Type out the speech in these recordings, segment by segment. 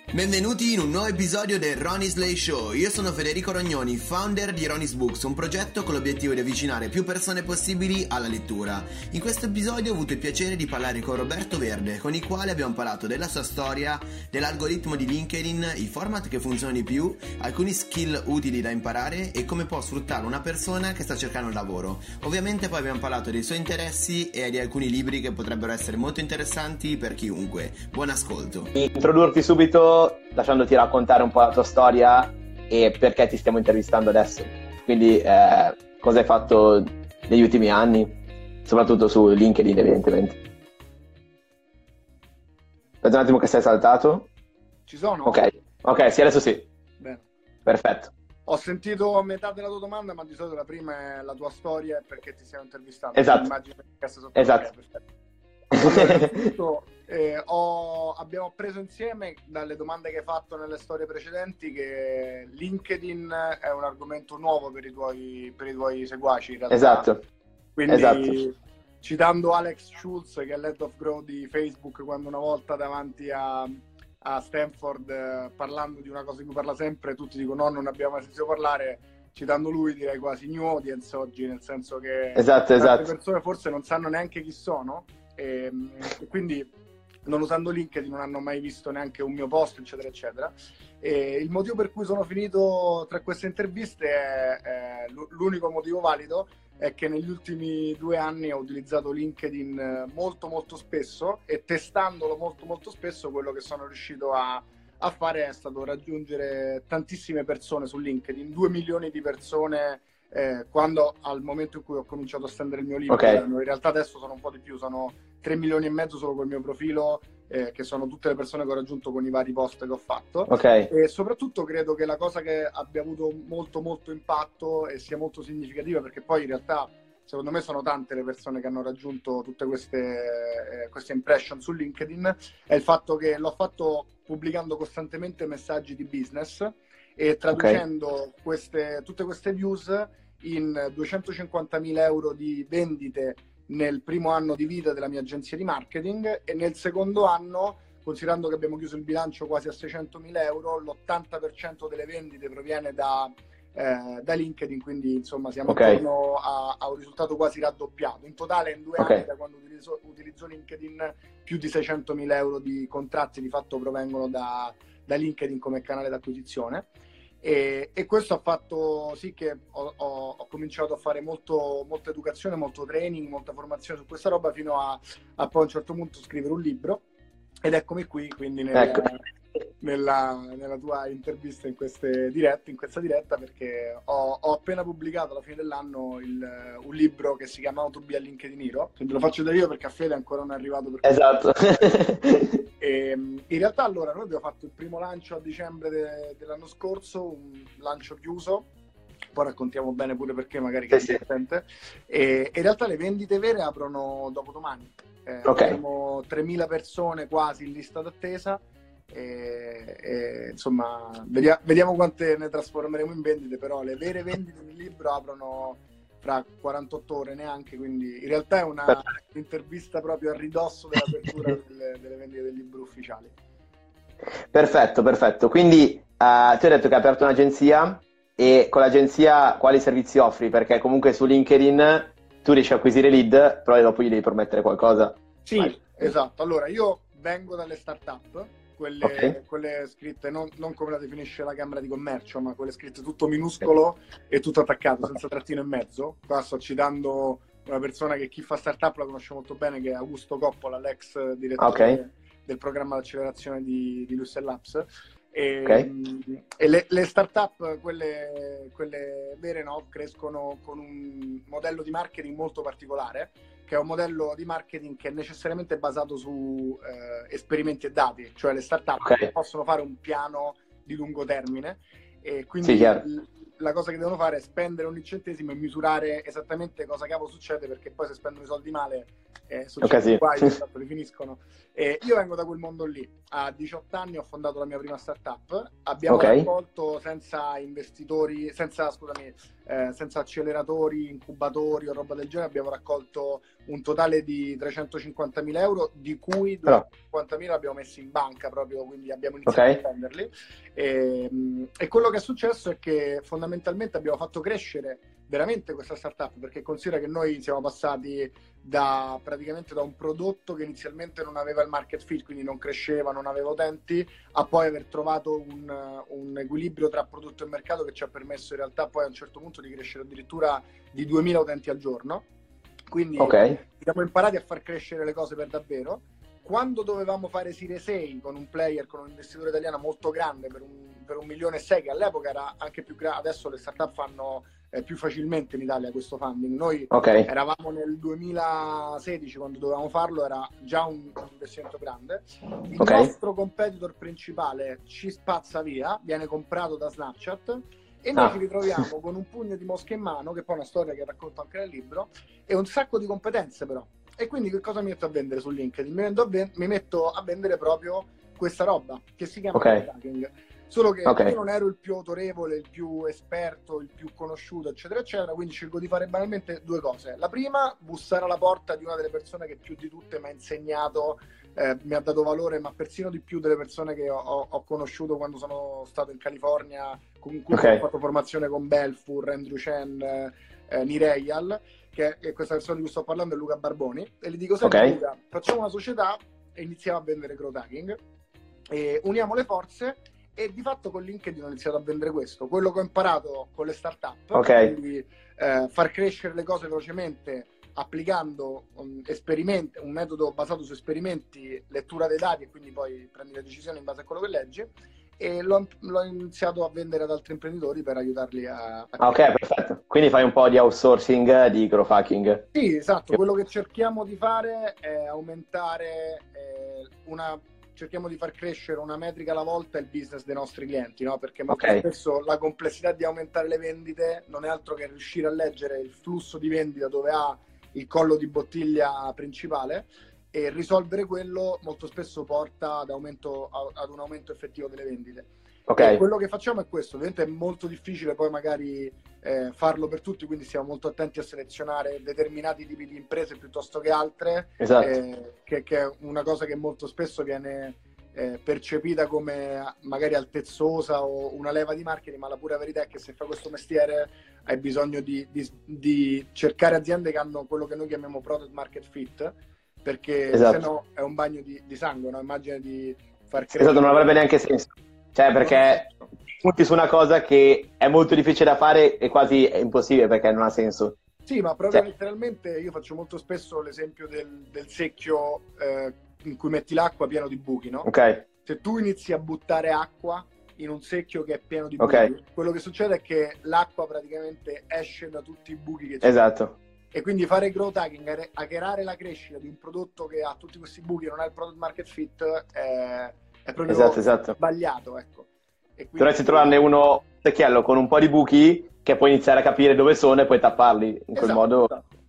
Benvenuti in un nuovo episodio del Ronnie's Lay Show. Io sono Federico Rognoni, founder di Ronnie's Books, un progetto con l'obiettivo di avvicinare più persone possibili alla lettura. In questo episodio ho avuto il piacere di parlare con Roberto Verde, con il quale abbiamo parlato della sua storia, dell'algoritmo di LinkedIn, i format che funzionano di più, alcuni skill utili da imparare e come può sfruttare una persona che sta cercando lavoro. Ovviamente poi abbiamo parlato dei suoi interessi e di alcuni libri che potrebbero essere molto interessanti per chiunque. Buon ascolto. Introdurti subito lasciandoti raccontare un po' la tua storia e perché ti stiamo intervistando adesso. Quindi cosa hai fatto negli ultimi anni, soprattutto su LinkedIn evidentemente. Aspetta un attimo che sei saltato. Ci sono? Ok, sì, adesso sì. Bene. Perfetto. Ho sentito metà della tua domanda, ma di solito la prima è la tua storia e perché ti stiamo intervistando. Esatto. Immagino che sotto. Esatto. Perfetto. Allora, innanzitutto, abbiamo preso insieme dalle domande che hai fatto nelle storie precedenti che LinkedIn è un argomento nuovo per i tuoi seguaci in realtà. Esatto. Quindi, esatto. Citando Alex Schultz, che è l'head of growth di Facebook, quando una volta davanti a Stanford, parlando di una cosa di cui parla sempre, tutti dicono no, non abbiamo mai sentito parlare. Citando lui direi quasi new audience oggi, nel senso che Esatto. tante persone forse non sanno neanche chi sono e quindi non usando LinkedIn non hanno mai visto neanche un mio post, eccetera eccetera. E il motivo per cui sono finito tra queste interviste è l'unico motivo valido, è che negli ultimi 2 anni ho utilizzato LinkedIn molto spesso e testandolo molto spesso quello che sono riuscito a fare è stato raggiungere tantissime persone su LinkedIn, 2 milioni di persone quando al momento in cui ho cominciato a stendere il mio libro. Okay. In realtà adesso sono un po' di più, sono 3 milioni e mezzo solo col mio profilo, che sono tutte le persone che ho raggiunto con i vari post che ho fatto. Okay. E soprattutto credo che la cosa che abbia avuto molto impatto e sia molto significativa, perché poi in realtà secondo me sono tante le persone che hanno raggiunto tutte queste impression su LinkedIn, è il fatto che l'ho fatto pubblicando costantemente messaggi di business e traducendo tutte queste views in 250.000 euro di vendite nel primo anno di vita della mia agenzia di marketing, e nel secondo anno, considerando che abbiamo chiuso il bilancio quasi a 600.000 euro, l'80% delle vendite proviene da LinkedIn, quindi insomma siamo intorno a un risultato quasi raddoppiato. In totale in 2 anni da quando utilizzo LinkedIn più di 600.000 euro di contratti di fatto provengono da LinkedIn come canale d'acquisizione. E questo ha fatto sì che ho cominciato a fare molta educazione, molto training, molta formazione su questa roba, fino a poi a un certo punto scrivere un libro, ed eccomi qui quindi nella tua intervista in questa diretta, perché ho appena pubblicato alla fine dell'anno un libro che si chiama How to be a LinkedIn Hero. Ve lo faccio da io perché a Fede ancora non è arrivato. Esatto. E in realtà allora noi abbiamo fatto il primo lancio a dicembre dell'anno scorso, un lancio chiuso, poi raccontiamo bene pure perché magari che è divertente. E in realtà le vendite vere aprono dopodomani. Abbiamo 3.000 persone quasi in lista d'attesa e insomma vediamo quante ne trasformeremo in vendite, però le vere vendite del libro aprono fra 48 ore neanche, quindi in realtà è una intervista proprio a ridosso dell'apertura delle vendite del libro ufficiali. Perfetto. Quindi tu hai detto che hai aperto un'agenzia, e con l'agenzia quali servizi offri? Perché comunque su LinkedIn tu riesci a acquisire lead, però dopo gli devi promettere qualcosa. Sì, vai. Esatto. Allora, io vengo dalle start-up, quelle scritte non come la definisce la Camera di Commercio, ma quelle scritte tutto minuscolo e tutto attaccato, senza trattino in mezzo. Qua sto citando una persona che chi fa startup la conosce molto bene, che è Augusto Coppola, l'ex direttore del programma di accelerazione di Lucid Labs. E le startup, quelle vere, no, crescono con un modello di marketing molto particolare, che è un modello di marketing che è necessariamente basato su esperimenti e dati, cioè le startup possono fare un piano di lungo termine e quindi la cosa che devono fare è spendere ogni centesimo e misurare esattamente cosa cavolo succede, perché poi se spendono i soldi male succedono guai, li finiscono. Io vengo da quel mondo lì. A 18 anni ho fondato la mia prima startup, abbiamo raccolto senza investitori, senza senza acceleratori, incubatori o roba del genere, abbiamo raccolto un totale di 350.000 euro, di cui 250.000 abbiamo messi in banca proprio, quindi abbiamo iniziato a prenderli. E quello che è successo è che fondamentalmente abbiamo fatto crescere veramente questa startup, perché considera che noi siamo passati praticamente da un prodotto che inizialmente non aveva il market fit, quindi non cresceva, non aveva utenti, a poi aver trovato un equilibrio tra prodotto e mercato che ci ha permesso in realtà poi a un certo punto di crescere addirittura di 2.000 utenti al giorno. Quindi siamo imparati a far crescere le cose per davvero. Quando dovevamo fare Series A con un player, con un investitore italiano molto grande per 1,6 milioni, che all'epoca era anche più grande, adesso le startup fanno più facilmente in Italia questo funding. Noi eravamo nel 2016 quando dovevamo farlo, era già un investimento grande. Il nostro competitor principale ci spazza via, viene comprato da Snapchat e noi ci ritroviamo con un pugno di mosche in mano, che poi è una storia che racconto anche nel libro, e un sacco di competenze però. E quindi che cosa mi metto a vendere su LinkedIn? Mi metto a vendere proprio questa roba che si chiama hacking. Solo che io non ero il più autorevole, il più esperto, il più conosciuto, eccetera, eccetera, quindi scelgo di fare banalmente due cose. La prima, bussare alla porta di una delle persone che più di tutte mi ha insegnato, mi ha dato valore, ma persino di più delle persone che ho conosciuto quando sono stato in California, con cui ho fatto formazione con Belfour, Andrew Chen, Nireyal, che è questa persona di cui sto parlando, è Luca Barboni, e gli dico sempre: Luca, facciamo una società e iniziamo a vendere growth hacking, e uniamo le forze. E di fatto con LinkedIn ho iniziato a vendere questo, quello che ho imparato con le startup, quindi far crescere le cose velocemente applicando un metodo basato su esperimenti, lettura dei dati, e quindi poi prendi le decisioni in base a quello che leggi, e l'ho iniziato a vendere ad altri imprenditori per aiutarli a ok, perfetto. Quindi fai un po' di outsourcing di growth hacking. Sì, esatto. Quello che cerchiamo di fare è aumentare cerchiamo di far crescere una metrica alla volta il business dei nostri clienti, no? Perché molto spesso la complessità di aumentare le vendite non è altro che riuscire a leggere il flusso di vendita dove ha il collo di bottiglia principale, e risolvere quello molto spesso porta ad un aumento effettivo delle vendite. E quello che facciamo è questo. Ovviamente è molto difficile poi magari farlo per tutti, quindi stiamo molto attenti a selezionare determinati tipi di imprese piuttosto che altre, che è una cosa che molto spesso viene percepita come magari altezzosa o una leva di marketing, ma la pura verità è che se fai questo mestiere hai bisogno di cercare aziende che hanno quello che noi chiamiamo product market fit, perché se no è un bagno di sangue, no? Immagina di far crescere... non avrebbe neanche senso. Cioè, perché punti su una cosa che è molto difficile da fare e quasi impossibile, perché non ha senso. Sì, ma proprio letteralmente io faccio molto spesso l'esempio del secchio in cui metti l'acqua pieno di buchi, no? Se tu inizi a buttare acqua in un secchio che è pieno di buchi, quello che succede è che l'acqua praticamente esce da tutti i buchi che c'è. E quindi fare growth hacking, hackerare la crescita di un prodotto che ha tutti questi buchi e non ha il product market fit, è proprio sbagliato, ecco. E quindi... Dovresti trovarne uno secchiello con un po' di buchi che puoi iniziare a capire dove sono e poi tapparli in quel modo.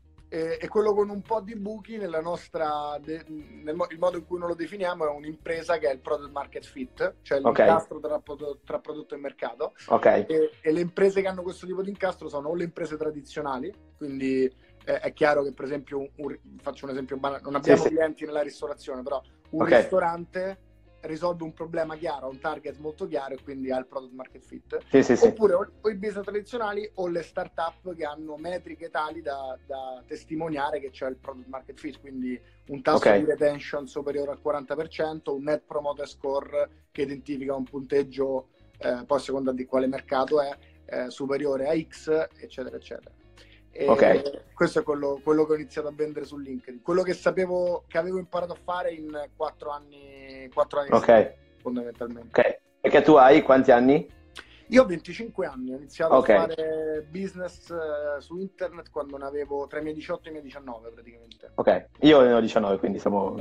E quello con un po' di buchi nella nostra il modo in cui noi lo definiamo è un'impresa che è il product market fit, cioè l'incastro tra prodotto e mercato. E le imprese che hanno questo tipo di incastro sono o le imprese tradizionali, quindi è chiaro che per esempio faccio un esempio banale, non abbiamo clienti nella ristorazione, però un ristorante risolve un problema chiaro, ha un target molto chiaro e quindi ha il product market fit. Oppure o i business tradizionali o le startup che hanno metriche tali da testimoniare che c'è il product market fit, quindi un tasso di retention superiore al 40%, un net promoter score che identifica un punteggio poi a seconda di quale mercato è superiore a X, eccetera eccetera. Questo è quello che ho iniziato a vendere su LinkedIn, quello che sapevo che avevo imparato a fare in 4 anni fondamentalmente. Perché tu hai quanti anni? Io ho 25 anni, ho iniziato a fare business su internet quando ne avevo tra i miei 18 e i miei 19 praticamente. Io ne ho 19, quindi siamo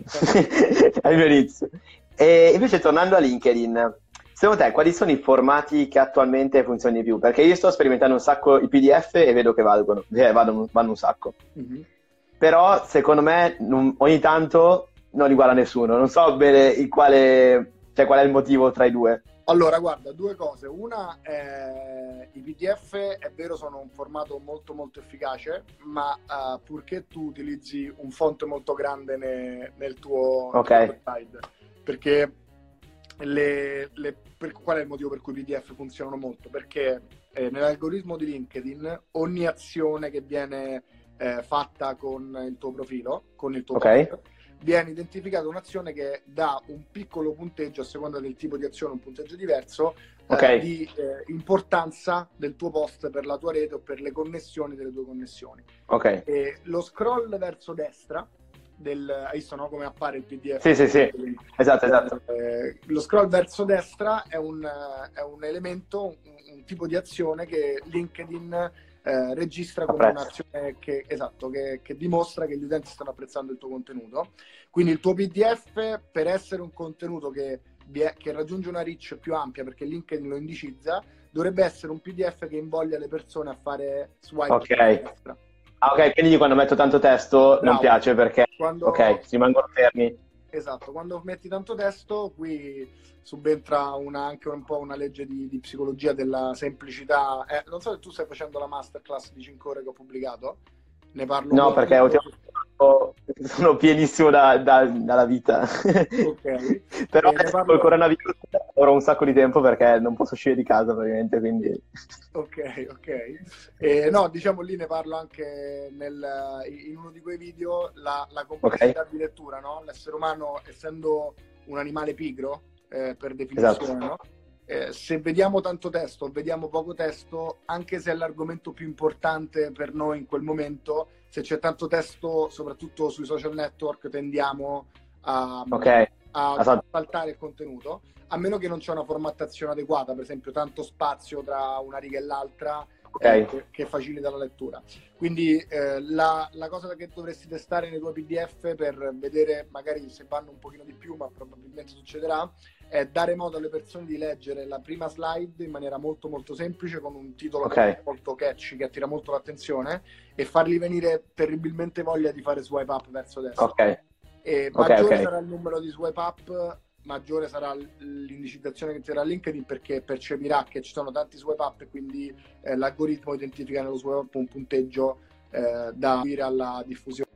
al mio inizio. E invece tornando a LinkedIn, secondo te quali sono i formati che attualmente funzionano di più? Perché io sto sperimentando un sacco i PDF e vedo che vanno un sacco. Però secondo me ogni tanto non li guarda nessuno. Non so bene qual è il motivo tra i due. Allora, guarda, due cose. Una, i PDF è vero sono un formato molto molto efficace, ma purché tu utilizzi un font molto grande nel tuo slide, perché qual è il motivo per cui i PDF funzionano molto? Perché nell'algoritmo di LinkedIn ogni azione che viene fatta con il tuo profilo, con il tuo post, viene identificata un'azione che dà un piccolo punteggio a seconda del tipo di azione, un punteggio diverso di importanza del tuo post per la tua rete o per le connessioni delle tue connessioni. E lo scroll verso destra hai visto, no, come appare il PDF? Sì. Esatto. Lo scroll verso destra è un elemento, un tipo di azione che LinkedIn registra come un'azione che dimostra che gli utenti stanno apprezzando il tuo contenuto. Quindi il tuo PDF, per essere un contenuto che raggiunge una reach più ampia, perché LinkedIn lo indicizza, dovrebbe essere un PDF che invoglia le persone a fare swipe a destra. Quindi quando metto tanto testo non piace perché si rimangono fermi. Esatto, quando metti tanto testo qui subentra anche un po' una legge di psicologia della semplicità. Non so se tu stai facendo la masterclass di 5 ore che ho pubblicato, ne parlo. No, perché sono pienissimo dalla vita. Però col coronavirus avrò un sacco di tempo perché non posso uscire di casa praticamente, quindi... No, diciamo lì ne parlo anche in uno di quei video, la complessità di lettura, no? L'essere umano, essendo un animale pigro, per definizione, no? Se vediamo tanto testo o vediamo poco testo, anche se è l'argomento più importante per noi in quel momento, se c'è tanto testo, soprattutto sui social network, tendiamo a saltare il contenuto, a meno che non c'è una formattazione adeguata, per esempio tanto spazio tra una riga e l'altra che facilita la lettura. Quindi la cosa che dovresti testare nei tuoi PDF per vedere magari se vanno un pochino di più, ma probabilmente succederà, è dare modo alle persone di leggere la prima slide in maniera molto molto semplice, con un titolo molto catchy che attira molto l'attenzione, e fargli venire terribilmente voglia di fare swipe up verso destra. E maggiore sarà il numero di swipe up, maggiore sarà l'indicizzazione che ti darà LinkedIn, perché percepirà che ci sono tanti swipe up e quindi l'algoritmo identifica nello swipe up un punteggio da dire alla diffusione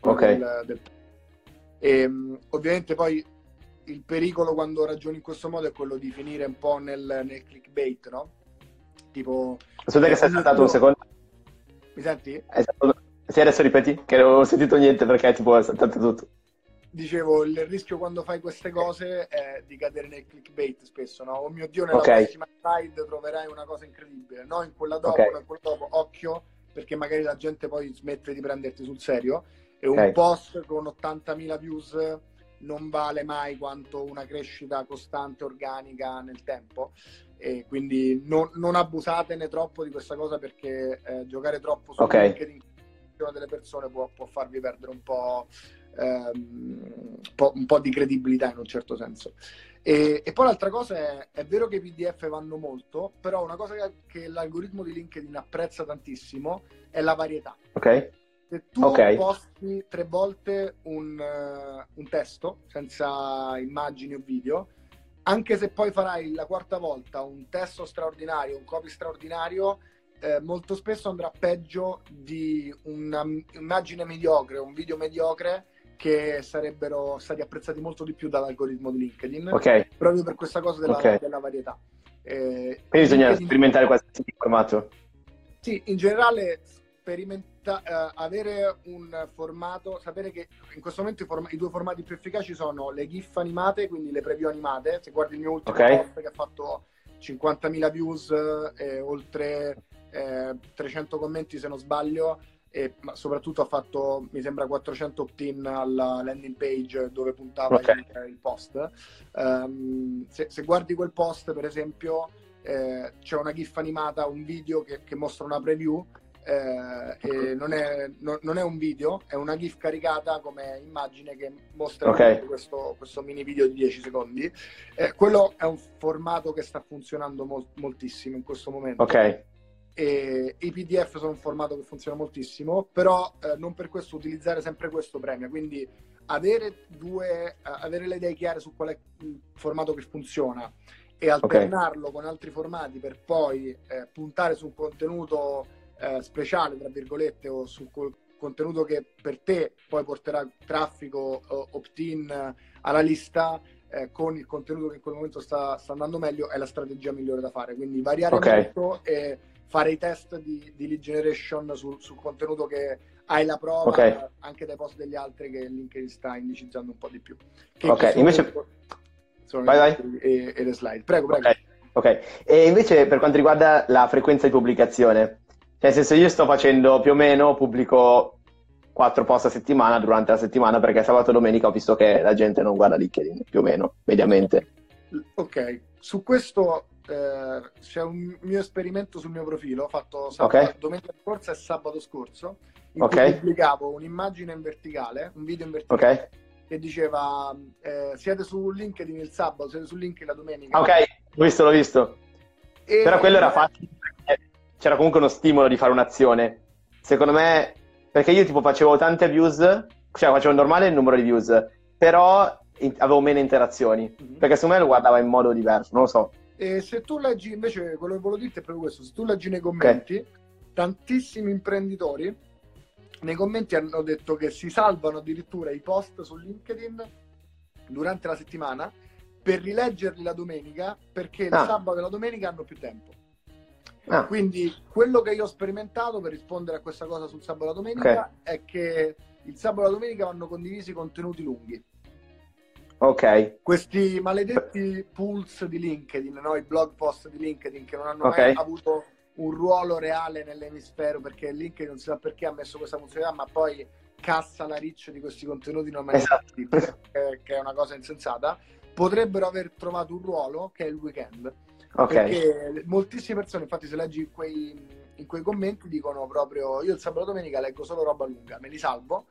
ovviamente poi il pericolo quando ragioni in questo modo è quello di finire un po' nel clickbait, no? Tipo... Aspetta che sei saltato un secondo. Mi senti? Sì, adesso ripeti, che non ho sentito niente perché tipo è saltato tutto. Dicevo, il rischio quando fai queste cose è di cadere nel clickbait spesso, no? Oh mio Dio, nella prossima slide troverai una cosa incredibile, no? In quella dopo, occhio, perché magari la gente poi smette di prenderti sul serio, e un post con 80.000 views non vale mai quanto una crescita costante, organica nel tempo, e quindi non abusatene troppo di questa cosa, perché giocare troppo su LinkedIn delle persone può farvi perdere un po' di credibilità in un certo senso. E poi l'altra cosa è vero che i PDF vanno molto, però una cosa che l'algoritmo di LinkedIn apprezza tantissimo è la varietà. Se tu posti 3 volte un testo senza immagini o video, anche se poi farai la quarta volta un testo straordinario, un copy straordinario, molto spesso andrà peggio di un'immagine mediocre, un video mediocre, che sarebbero stati apprezzati molto di più dall'algoritmo di LinkedIn, proprio per questa cosa della varietà. Quindi bisogna sperimentare qualsiasi formato. Sì, in generale avere un formato, sapere che in questo momento i 2 formati più efficaci sono le GIF animate, quindi le preview animate. Se guardi il mio ultimo post che ha fatto 50.000 views e oltre 300 commenti se non sbaglio, ma soprattutto ha fatto, mi sembra, 400 opt-in alla landing page dove puntava il post. Se guardi quel post, per esempio, c'è una GIF animata, un video che mostra una preview, e non è un video, è una GIF caricata come immagine che mostra questo mini video di 10 secondi. Quello è un formato che sta funzionando moltissimo in questo momento. E i PDF sono un formato che funziona moltissimo, però non per questo utilizzare sempre questo premia. Quindi avere le idee chiare su qual è il formato che funziona e alternarlo con altri formati per poi puntare su un contenuto speciale, tra virgolette, o su contenuto che per te poi porterà traffico, opt-in alla lista, con il contenuto che in quel momento sta andando meglio, è la strategia migliore da fare. Quindi variare molto e fare i test di lead generation sul contenuto che hai la prova, anche dai post degli altri che LinkedIn sta indicizzando un po' di più. Invece... Vai. E le slide. Prego. Ok. E invece per quanto riguarda la frequenza di pubblicazione, nel senso, io sto facendo più o meno, pubblico 4 post a settimana durante la settimana, perché sabato e domenica ho visto che la gente non guarda LinkedIn, più o meno, mediamente. Ok, su questo c'è un mio esperimento sul mio profilo, fatto domenica scorsa e sabato scorso, in cui pubblicavo un'immagine in verticale, un video in verticale, che diceva siete su LinkedIn il sabato, siete su LinkedIn la domenica. Ok, l'ho visto. Però quello era facile, c'era comunque uno stimolo di fare un'azione. Secondo me, perché io tipo facevo tante views, cioè facevo normale il numero di views, però avevo meno interazioni, perché secondo me lo guardava in modo diverso, non lo so. E se tu leggi, invece, quello che volevo dirti è proprio questo, se tu leggi nei commenti, tantissimi imprenditori nei commenti hanno detto che si salvano addirittura i post su LinkedIn durante la settimana per rileggerli la domenica, perché il sabato e la domenica hanno più tempo. Quindi quello che io ho sperimentato, per rispondere a questa cosa sul sabato e la domenica, è che il sabato e la domenica vanno condivisi contenuti lunghi. Questi maledetti pulse di LinkedIn, no? I blog post di LinkedIn che non hanno mai avuto un ruolo reale nell'emisfero, perché LinkedIn non si sa perché ha messo questa funzionalità, ma poi cassa la reach di questi contenuti non mai che è una cosa insensata. Potrebbero aver trovato un ruolo che è il weekend, perché moltissime persone, infatti, se leggi in quei commenti, dicono proprio: io il sabato e domenica leggo solo roba lunga, me li salvo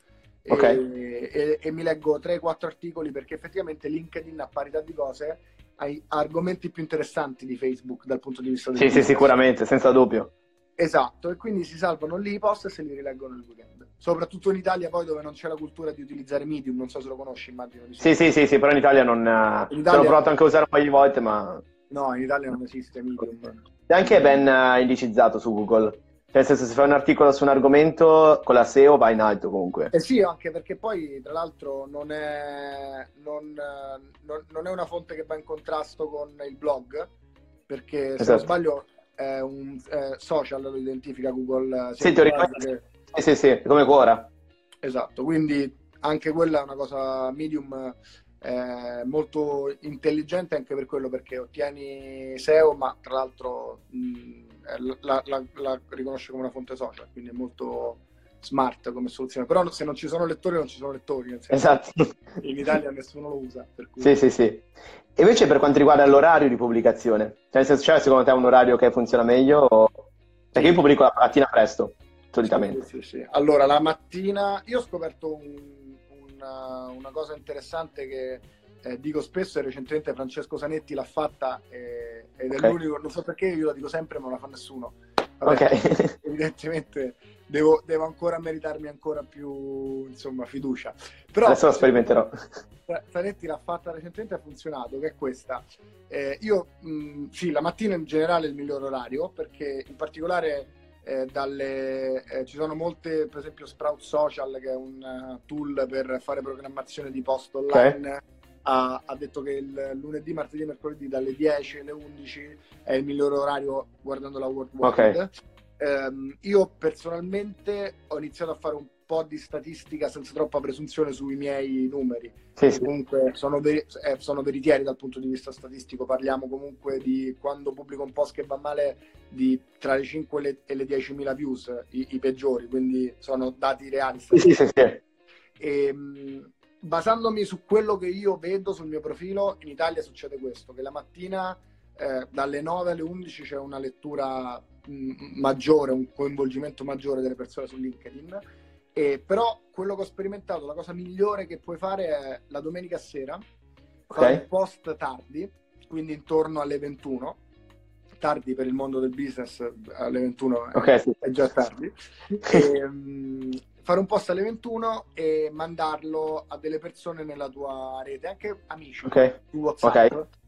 e mi leggo 3-4 articoli, perché effettivamente LinkedIn, a parità di cose, hai argomenti più interessanti di Facebook dal punto di vista del sì, sicuramente, senza dubbio. Esatto, e quindi si salvano lì i post e se li rileggono il weekend. Soprattutto in Italia, poi, dove non c'è la cultura di utilizzare Medium, non so se lo conosci, immagino di sì, però in Italia non... L'ho provato anche a usare un paio di volte, ma... No, in Italia non esiste Medium. È anche ben indicizzato su Google. Cioè, nel senso, se fai un articolo su un argomento, con la SEO va in alto comunque. Sì, anche perché poi, tra l'altro, non è una fonte che va in contrasto con il blog, perché se non sbaglio è un social, lo identifica Google. Sì, teoricamente sì, come Quora. Esatto, quindi anche quella è una cosa. Medium molto intelligente anche per quello, perché ottieni SEO, ma tra l'altro la riconosce come una fonte social, quindi è molto smart come soluzione. Però se non ci sono lettori, non ci sono lettori, nel senso, esatto. In Italia nessuno lo usa, per cui... Sì. E invece per quanto riguarda l'orario di pubblicazione, cioè nel senso, c'è secondo te un orario che funziona meglio? Perché io pubblico la mattina presto, solitamente. Sì. Allora, la mattina io ho scoperto una cosa interessante che dico spesso, e recentemente Francesco Sanetti l'ha fatta, ed è l'unico, non so perché io la dico sempre, ma non la fa nessuno. Vabbè, evidentemente devo ancora meritarmi ancora più, insomma, fiducia. Però adesso la sperimenterò. Sanetti l'ha fatta recentemente, ha funzionato, che è questa. Sì, la mattina in generale è il miglior orario, perché in particolare ci sono molte, per esempio Sprout Social, che è un tool per fare programmazione di post online, ha detto che il lunedì, martedì e mercoledì dalle 10 alle 11 è il migliore orario guardando la worldwide. Io personalmente ho iniziato a fare un po' di statistica senza troppa presunzione sui miei numeri, comunque sono veritieri dal punto di vista statistico. Parliamo comunque di, quando pubblico un post che va male, di tra le 5 e le 10.000 views, i peggiori, quindi sono dati reali. E basandomi su quello che io vedo sul mio profilo, in Italia succede questo, che la mattina dalle 9 alle 11 c'è una lettura maggiore, un coinvolgimento maggiore delle persone su LinkedIn. Però quello che ho sperimentato, la cosa migliore che puoi fare è la domenica sera fare un post tardi, quindi intorno alle 21, tardi per il mondo del business, alle 21 è già tardi, fare un post alle 21 e mandarlo a delle persone nella tua rete, anche amici, su WhatsApp,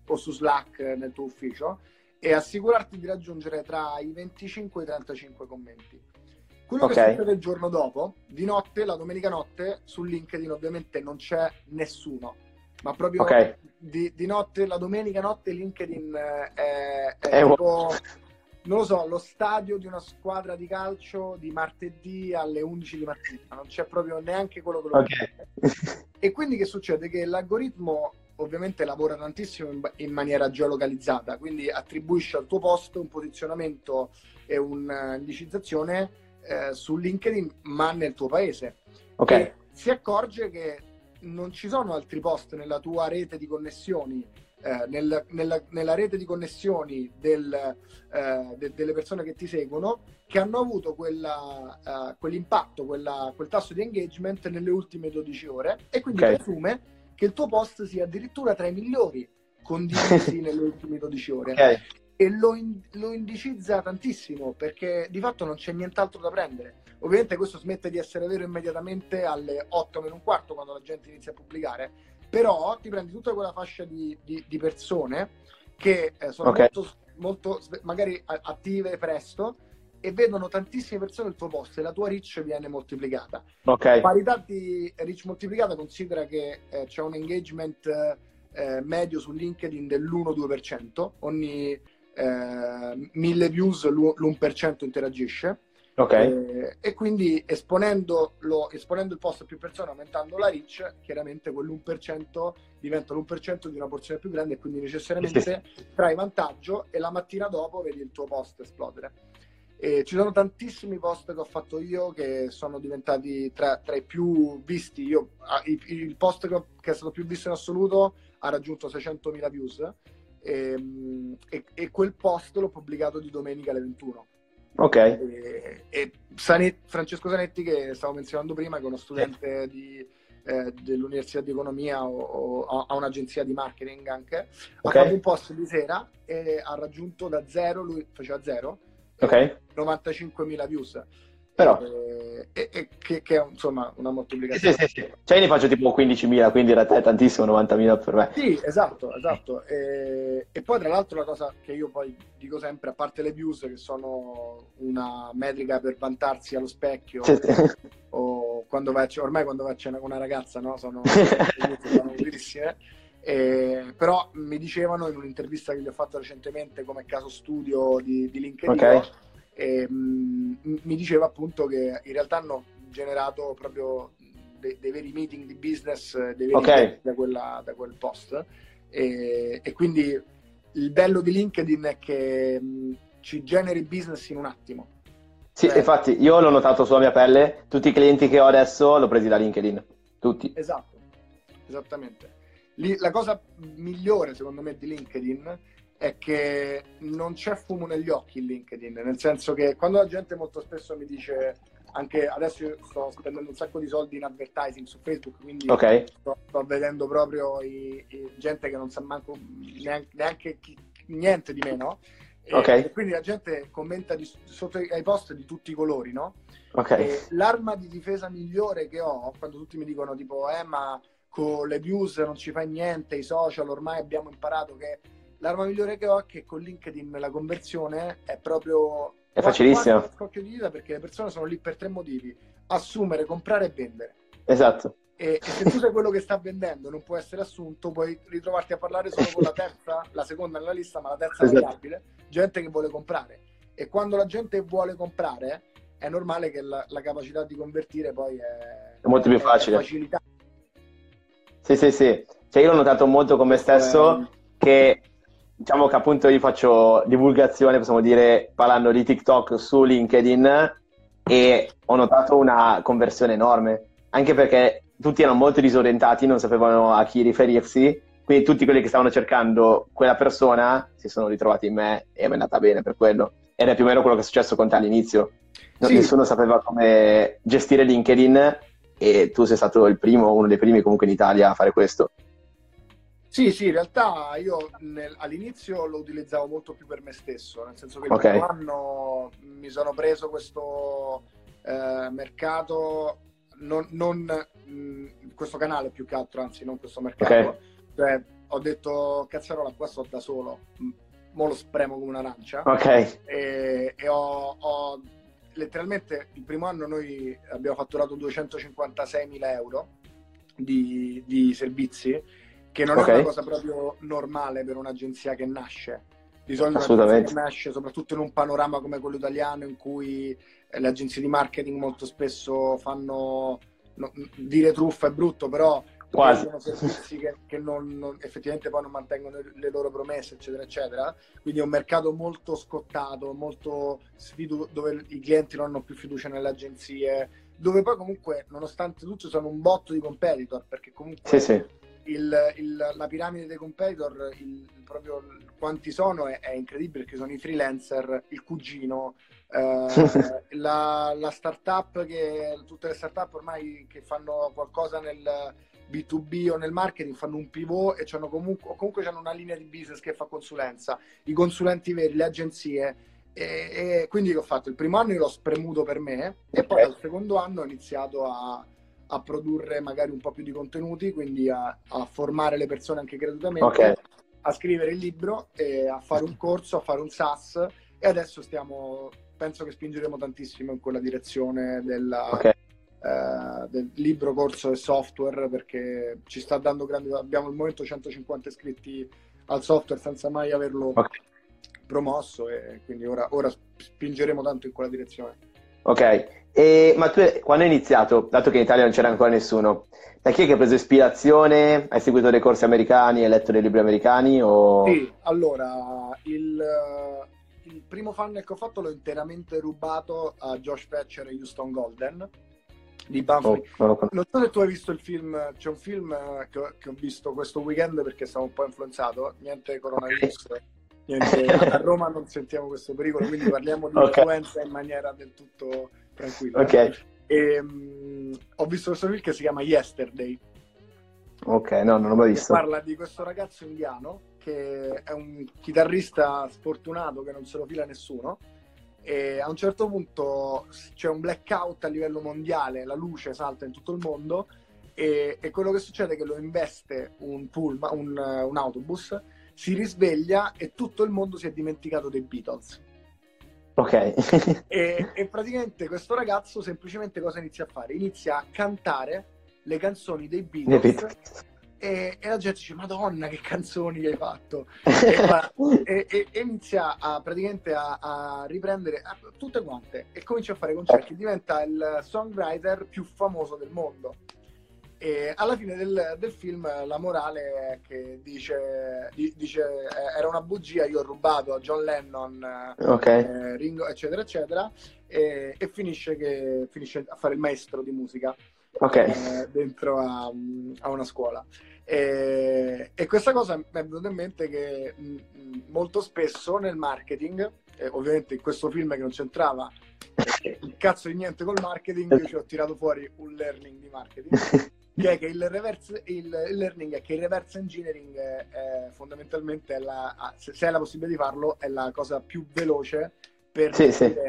o su Slack nel tuo ufficio e assicurarti di raggiungere tra i 25 e i 35 commenti. Quello che succede il giorno dopo, di notte, la domenica notte, su LinkedIn ovviamente non c'è nessuno, ma proprio di notte, la domenica notte LinkedIn è tipo, non lo so, lo stadio di una squadra di calcio di martedì alle 11 di mattina, non c'è proprio neanche quello che lo vede. E quindi che succede? Che l'algoritmo ovviamente lavora tantissimo in maniera geolocalizzata, quindi attribuisce al tuo post un posizionamento e un'indicizzazione su LinkedIn, ma nel tuo paese. E si accorge che non ci sono altri post nella tua rete di connessioni, nella rete di connessioni delle persone che ti seguono, che hanno avuto quell'impatto, quel tasso di engagement nelle ultime 12 ore, e quindi presume che il tuo post sia addirittura tra i migliori condivisi nelle ultime 12 ore. E lo indicizza tantissimo, perché di fatto non c'è nient'altro da prendere. Ovviamente questo smette di essere vero immediatamente alle 8 meno un quarto, quando la gente inizia a pubblicare, però ti prendi tutta quella fascia di persone che sono molto magari attive presto e vedono tantissime persone il tuo post e la tua reach viene moltiplicata. Parità di reach moltiplicata considera che c'è un engagement medio su LinkedIn dell'1-2%, ogni 1000 views l'1% interagisce. E quindi esponendo il post a più persone, aumentando la reach, chiaramente quell'1% diventa l'1% di una porzione più grande, e quindi necessariamente trai vantaggio e la mattina dopo vedi il tuo post esplodere. E ci sono tantissimi post che ho fatto io che sono diventati tra i più visti. Il post che è stato più visto in assoluto ha raggiunto 600.000 views, e quel post l'ho pubblicato di domenica alle 21. E Francesco Zanetti, che stavo menzionando prima, che è uno studente dell'Università di Economia o ha un'agenzia di marketing anche, ha fatto un post di sera e ha raggiunto da zero, lui faceva 95.000 views. Però che è insomma una moltiplicazione. Cioè io ne faccio tipo 15.000, quindi in realtà è tantissimo, 90.000 per me. Sì, esatto. E poi tra l'altro la cosa che io poi dico sempre, a parte le views che sono una metrica per vantarsi allo specchio, o quando vai a cena con una ragazza, no? Sono utilissime. Però mi dicevano in un'intervista che gli ho fatto recentemente come caso studio di LinkedIn, mi diceva appunto che in realtà hanno generato proprio dei veri meeting di business, dei veri da quel post, e quindi il bello di LinkedIn è che ci generi business in un attimo. Sì, infatti io l'ho notato sulla mia pelle, tutti i clienti che ho adesso l'ho presi da LinkedIn, tutti. Esatto, esattamente. La cosa migliore secondo me di LinkedIn è che non c'è fumo negli occhi in LinkedIn, nel senso che quando la gente molto spesso mi dice, anche adesso io sto spendendo un sacco di soldi in advertising su Facebook, quindi sto vedendo proprio gente che non sa manco neanche niente di me, no? E quindi la gente commenta sotto ai post di tutti i colori, no? E l'arma di difesa migliore che ho, quando tutti mi dicono tipo ma con le views non ci fai niente, i social ormai abbiamo imparato che... L'arma migliore che ho è che con LinkedIn la conversione è proprio... È facilissima. Quasi scocchio di dita, perché le persone sono lì per 3 motivi: assumere, comprare e vendere. Esatto. E se tu sei quello che sta vendendo, non può essere assunto, puoi ritrovarti a parlare solo con la seconda nella lista, ma la terza variabile, gente che vuole comprare. E quando la gente vuole comprare, è normale che la capacità di convertire poi è molto più facile. Facilità. Sì. Cioè io l'ho notato molto con me stesso, che diciamo che appunto io faccio divulgazione, possiamo dire, parlando di TikTok su LinkedIn, e ho notato una conversione enorme, anche perché tutti erano molto disorientati, non sapevano a chi riferirsi, quindi tutti quelli che stavano cercando quella persona si sono ritrovati in me, e mi è andata bene per quello. Ed è più o meno quello che è successo con te all'inizio. Nessuno sapeva come gestire LinkedIn, e tu sei stato il primo, uno dei primi comunque in Italia a fare questo. Sì, in realtà io all'inizio lo utilizzavo molto più per me stesso, nel senso che il primo anno mi sono preso questo mercato, non questo canale più che altro, anzi non questo mercato, cioè ho detto cazzarola, qua sto da solo, mo lo spremo come un'arancia. Ok. E ho letteralmente il primo anno noi abbiamo fatturato 256.000 euro di servizi, che non è una cosa proprio normale per un'agenzia che nasce. Di solito un'agenzia che nasce soprattutto in un panorama come quello italiano, in cui le agenzie di marketing molto spesso fanno, dire truffa è brutto, però vendono servizi che non effettivamente poi non mantengono le loro promesse, eccetera eccetera. Quindi è un mercato molto scottato, molto dove i clienti non hanno più fiducia nelle agenzie, dove poi comunque nonostante tutto sono un botto di competitor, perché comunque la piramide dei competitor, proprio quanti sono è incredibile, perché sono i freelancer, il cugino, la startup, che tutte le startup ormai che fanno qualcosa nel B2B o nel marketing fanno un pivot e comunque hanno una linea di business che fa consulenza, i consulenti veri, le agenzie. E quindi che ho fatto? Il primo anno io l'ho spremuto per me, e poi dal secondo anno ho iniziato a produrre magari un po' più di contenuti, quindi a formare le persone anche gratuitamente, a scrivere il libro, e a fare un corso, a fare un SaaS, e adesso penso che spingeremo tantissimo in quella direzione del libro, corso e software, perché ci sta dando abbiamo al momento 150 iscritti al software senza mai averlo promosso, e quindi ora spingeremo tanto in quella direzione. Ok. Ma tu quando hai iniziato, dato che in Italia non c'era ancora nessuno, da chi è che hai preso ispirazione? Hai seguito dei corsi americani, hai letto dei libri americani? Sì, allora il primo funnel che ho fatto l'ho interamente rubato a Josh Fetcher e Houston Golden di Banff. Non so se tu hai visto il film, c'è un film che ho visto questo weekend perché stavo un po' influenzato, niente coronavirus. Niente, a Roma non sentiamo questo pericolo, quindi parliamo di influenza in maniera del tutto tranquilla. Ho visto questo film che si chiama Yesterday. Ok, no, non l'ho mai visto. Parla di questo ragazzo indiano che è un chitarrista sfortunato che non se lo fila nessuno, e a un certo punto c'è un blackout a livello mondiale, la luce salta in tutto il mondo, e quello che succede è che lo investe un pullman, un autobus, si risveglia e tutto il mondo si è dimenticato dei Beatles. Ok. e praticamente questo ragazzo semplicemente cosa inizia a fare? Inizia a cantare le canzoni dei Beatles, e la gente dice Madonna che canzoni che hai fatto, e inizia praticamente a riprendere tutte quante, e comincia a fare concerti, diventa il songwriter più famoso del mondo. E alla fine del film la morale è che dice era una bugia, io ho rubato a John Lennon, Ringo, eccetera eccetera, e finisce a fare il maestro di musica dentro a una scuola, e questa cosa mi è venuta in mente che molto spesso nel marketing, ovviamente in questo film che non c'entrava il cazzo di niente col marketing, io ci ho tirato fuori un learning di marketing, che è che il learning è che il reverse engineering fondamentalmente se hai la possibilità di farlo, è la cosa più veloce per riuscire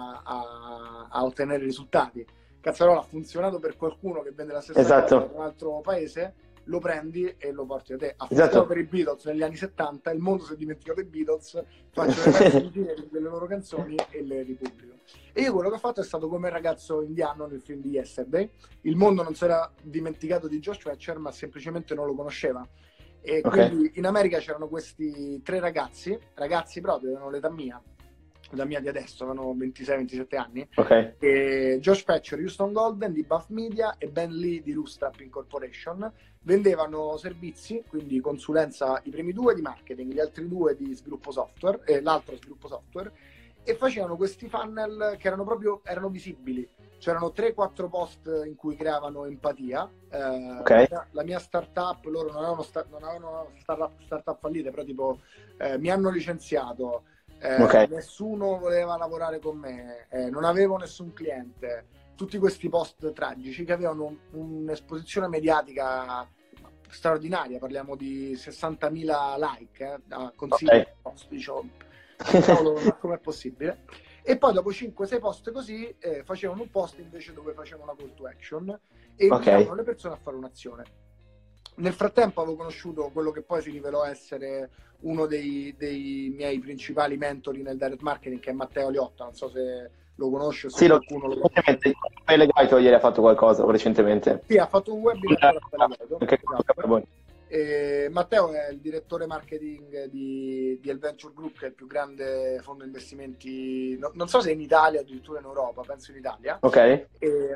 a ottenere risultati. Cazzarola, ha funzionato per qualcuno che vende la stessa cosa in un altro paese, lo prendi e lo porti a te. Ha funzionato per i Beatles negli anni 70, il mondo si è dimenticato dei Beatles, faccio le reverse delle loro canzoni e le ripubblico. E io quello che ho fatto è stato come il ragazzo indiano nel film di Yesterday. Il mondo non si era dimenticato di Josh Fetcher, ma semplicemente non lo conosceva. E quindi in America c'erano questi 3 ragazzi proprio, avevano l'età mia di adesso, avevano 26-27 anni, e Josh Fetcher, Houston Golden di Buff Media e Ben Lee di Rootstrap Incorporation vendevano servizi, quindi consulenza, i primi 2 di marketing, gli altri 2 di sviluppo software, e l'altro sviluppo software, e facevano questi funnel che erano visibili. C'erano 3-4 post in cui creavano empatia. La mia startup, loro non avevano startup fallite, però tipo mi hanno licenziato, nessuno voleva lavorare con me, non avevo nessun cliente. Tutti questi post tragici che avevano un'esposizione mediatica straordinaria, parliamo di 60.000 like a consigli post, diciamo, ma com'è possibile? E poi dopo 5-6 post così facevano un post invece dove facevano una call to action e invitavano le persone a fare un'azione. Nel frattempo avevo conosciuto quello che poi si rivelò essere uno dei miei principali mentori nel direct marketing, che è Matteo Liotta. Non so se lo conosce o se Sì, qualcuno lo conosce. Legato ieri ha fatto qualcosa recentemente. Sì, ha fatto un webinar per Affiliato, esatto. Matteo è il direttore marketing di Adventure Group, che è il più grande fondo investimenti, non so se in Italia, addirittura in Europa, penso in Italia. Ok. E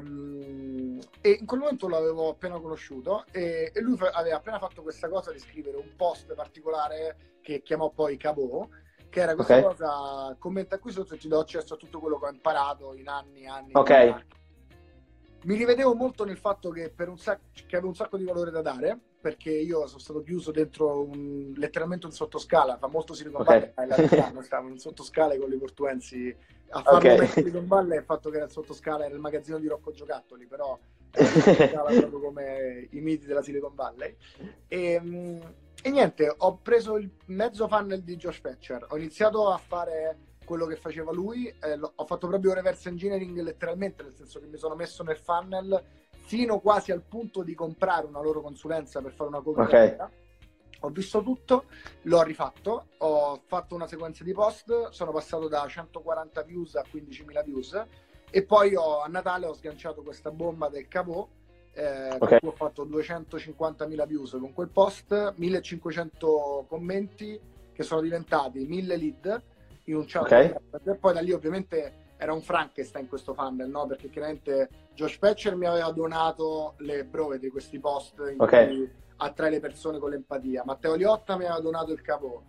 in quel momento l'avevo appena conosciuto e lui aveva appena fatto questa cosa di scrivere un post particolare che chiamò poi Cabot, che era questa cosa: commenta qui sotto e ti do accesso a tutto quello che ho imparato in anni e anni. Ok. Mi rivedevo molto nel fatto che che avevo un sacco di valore da dare, perché io sono stato chiuso dentro letteralmente un sottoscala. Fa molto Silicon Valley, stavo in un sottoscala con i portuensi a farlo mettere Silicon Valley. Il fatto che era il sottoscala era il magazzino di Rocco Giocattoli, però era proprio come i miti della Silicon Valley. E niente, ho preso il mezzo funnel di Josh Fetcher, ho iniziato a fare quello che faceva lui, ho fatto proprio reverse engineering letteralmente, nel senso che mi sono messo nel funnel fino quasi al punto di comprare una loro consulenza per fare una copertura. Ho visto tutto, l'ho rifatto, ho fatto una sequenza di post, sono passato da 140 views a 15.000 views e poi a Natale ho sganciato questa bomba del Cabot, con cui ho fatto 250.000 views con quel post, 1500 commenti che sono diventati 1000 lead in un chat. E poi da lì ovviamente era un Frankenstein questo funnel, no? Perché chiaramente Josh Fetcher mi aveva donato le prove di questi post in cui attrae le persone con l'empatia. Matteo Liotta mi aveva donato il Cabot.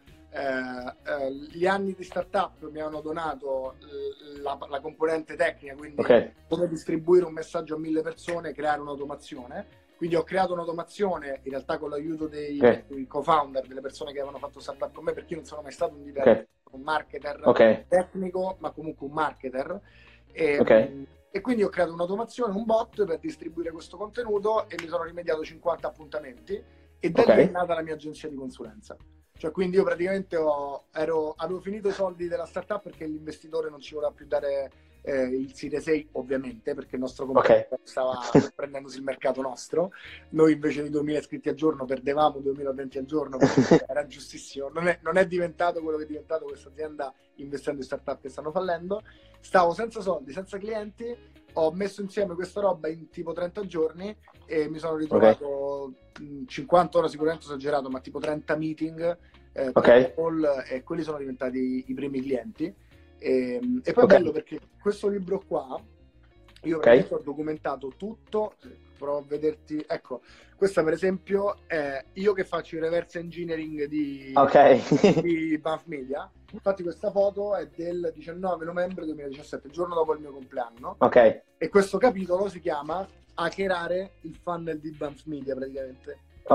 Gli anni di startup mi hanno donato la componente tecnica, quindi come distribuire un messaggio a 1000 persone, creare un'automazione. Quindi ho creato un'automazione in realtà con l'aiuto dei co-founder, delle persone che avevano fatto startup con me, perché io non sono mai stato un marketer tecnico, ma comunque un marketer. E quindi ho creato un'automazione, un bot per distribuire questo contenuto e mi sono rimediato 50 appuntamenti e da lì è nata la mia agenzia di consulenza. Cioè, quindi io praticamente avevo finito i soldi della startup perché l'investitore non ci voleva più dare il Series A, ovviamente, perché il nostro compagno stava prendendosi il mercato nostro. Noi invece di 2000 iscritti al giorno perdevamo 2020 al giorno, perché era giustissimo. Non è diventato quello che è diventato questa azienda investendo in startup che stanno fallendo. Stavo senza soldi, senza clienti, ho messo insieme questa roba in tipo 30 giorni e mi sono ritrovato 50 ore, sicuramente esagerato, ma tipo 30 meeting, call, e quelli sono diventati i primi clienti. E poi è bello perché questo libro qua io praticamente ho documentato tutto. Provo a vederti, ecco, questa per esempio è io che faccio il reverse engineering di Banff Media. Infatti questa foto è del 19 novembre 2017, il giorno dopo il mio compleanno, e questo capitolo si chiama Hackerare il funnel di Banff Media, praticamente.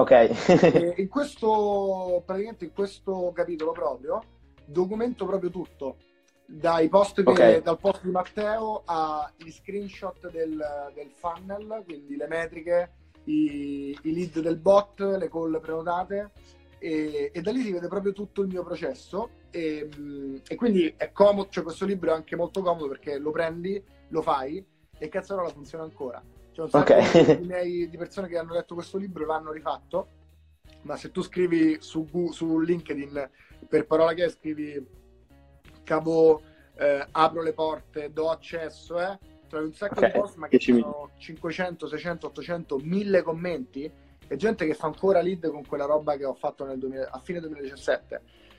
E in questo capitolo proprio documento proprio tutto, dal post di Matteo agli screenshot del funnel, quindi le metriche, i lead del bot, le call prenotate, e da lì si vede proprio tutto il mio processo e quindi è comodo. Cioè, questo libro è anche molto comodo perché lo prendi, lo fai e cazzarola funziona ancora. Cioè, un sacco di persone che hanno letto questo libro l'hanno rifatto, ma se tu scrivi su LinkedIn per parola che scrivi Cabot, apro le porte, do accesso, trovi un sacco di post, ma che sono 500, 600, 800, 1000 commenti e gente che fa ancora lead con quella roba che ho fatto a fine 2017.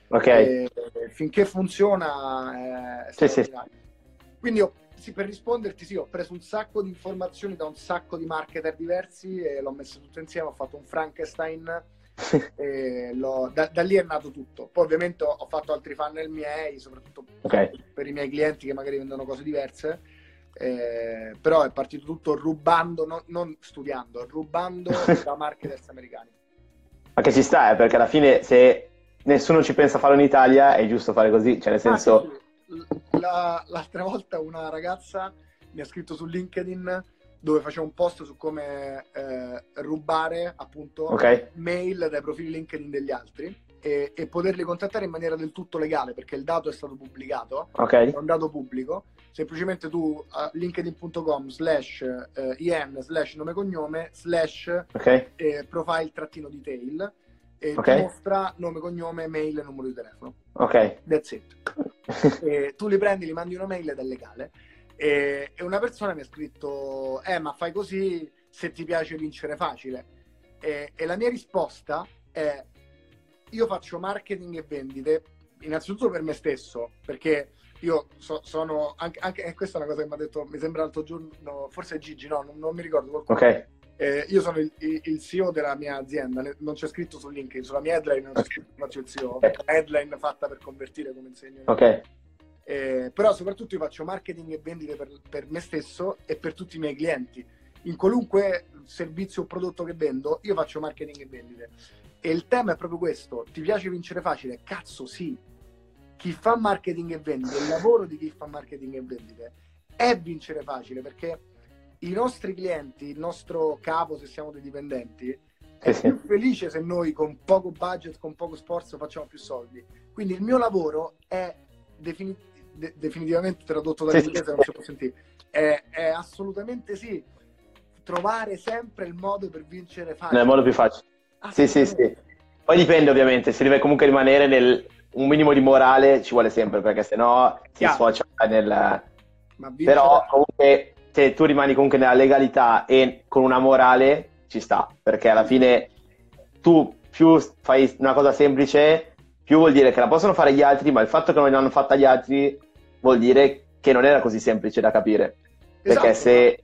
Finché funziona è straordinario. Quindi per risponderti, ho preso un sacco di informazioni da un sacco di marketer diversi e l'ho messo tutto insieme, ho fatto un Frankenstein. E da lì è nato tutto. Poi ovviamente ho fatto altri funnel miei, soprattutto per i miei clienti che magari vendono cose diverse, però è partito tutto rubando, non studiando, rubando da marketers americani. Ma che ci sta, perché alla fine se nessuno ci pensa a farlo in Italia è giusto fare così, cioè nel senso... L'altra volta una ragazza mi ha scritto su LinkedIn dove facevo un post su come rubare appunto mail dai profili LinkedIn degli altri e poterli contattare in maniera del tutto legale, perché il dato è stato pubblicato, Ok. è un dato pubblico. Semplicemente tu a linkedin.com/in/nome cognome /profile-detail e Ok. ti mostra nome, cognome, mail e numero di telefono. Ok. That's it. E tu li prendi, li mandi una mail ed è legale. E una persona mi ha scritto: ma fai così se ti piace vincere facile. E la mia risposta è: io faccio marketing e vendite innanzitutto per me stesso, perché io sono anche questa è una cosa che mi ha detto, mi sembra l'altro giorno, forse Gigi, no, non mi ricordo qualcuno. Ok. Io sono il CEO della mia azienda, non c'è scritto su LinkedIn, sulla mia headline non c'è scritto che faccio il CEO, Ok. headline fatta per convertire, come insegno io. Ok. Però soprattutto io faccio marketing e vendite per me stesso e per tutti i miei clienti. In qualunque servizio o prodotto che vendo, io faccio marketing e vendite. E il tema è proprio questo: ti piace vincere facile? Cazzo sì! Chi fa marketing e vendite, il lavoro di chi fa marketing e vendite è vincere facile, perché i nostri clienti, il nostro capo, se siamo dei dipendenti, è più felice se noi con poco budget, con poco sforzo facciamo più soldi. Quindi il mio lavoro è definitivamente tradotto dall'inglese, non si può sentire, è assolutamente sì, trovare sempre il modo per vincere facile. Nel modo più facile. Sì. Poi dipende, ovviamente, si deve comunque rimanere nel un minimo di morale, ci vuole sempre, perché sennò si sfocia nel... Però comunque se tu rimani comunque nella legalità e con una morale, ci sta, perché alla fine tu più fai una cosa semplice, più vuol dire che la possono fare gli altri, ma il fatto che non l'hanno fatta gli altri vuol dire che non era così semplice da capire. Perché se...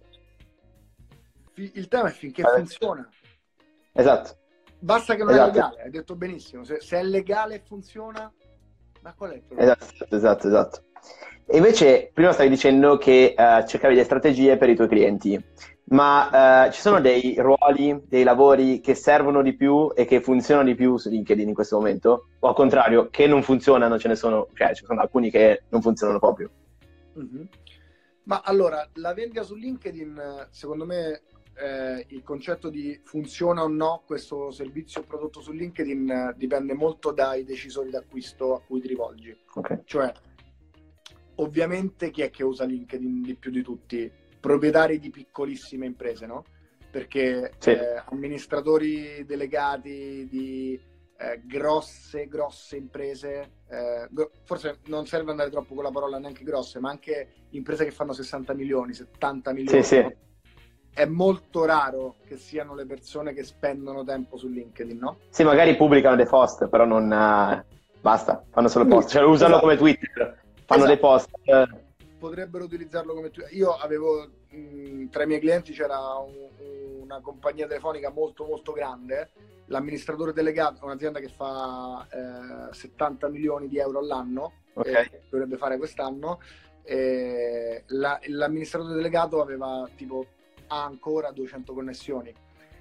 Il tema è finché funziona. Esatto. Basta che non è legale, hai detto benissimo. Se è legale e funziona, ma qual è il problema? Esatto. E invece prima stavi dicendo che cercavi delle strategie per i tuoi clienti, ma ci sono dei ruoli, dei lavori che servono di più e che funzionano di più su LinkedIn in questo momento? O al contrario, che non funzionano, ce ne sono alcuni che non funzionano proprio? Mm-hmm. Ma allora, la vendita su LinkedIn, secondo me, il concetto di funziona o no questo servizio o prodotto su LinkedIn dipende molto dai decisori d'acquisto a cui ti rivolgi. Okay. Cioè, ovviamente chi è che usa LinkedIn di più di tutti? Proprietari di piccolissime imprese, no? Perché amministratori delegati di grosse imprese, forse non serve andare troppo con la parola neanche grosse, ma anche imprese che fanno 60 milioni, 70 milioni. Sì. No? È molto raro che siano le persone che spendono tempo su LinkedIn, no? Sì, magari pubblicano dei post, però non basta, fanno solo post, cioè lo usano come Twitter, fanno dei post. Potrebbero utilizzarlo come Twitter. Io avevo tra i miei clienti c'era una compagnia telefonica molto molto grande, l'amministratore delegato, un'azienda che fa 70 milioni di euro all'anno, dovrebbe fare quest'anno, l'amministratore delegato aveva ha ancora 200 connessioni.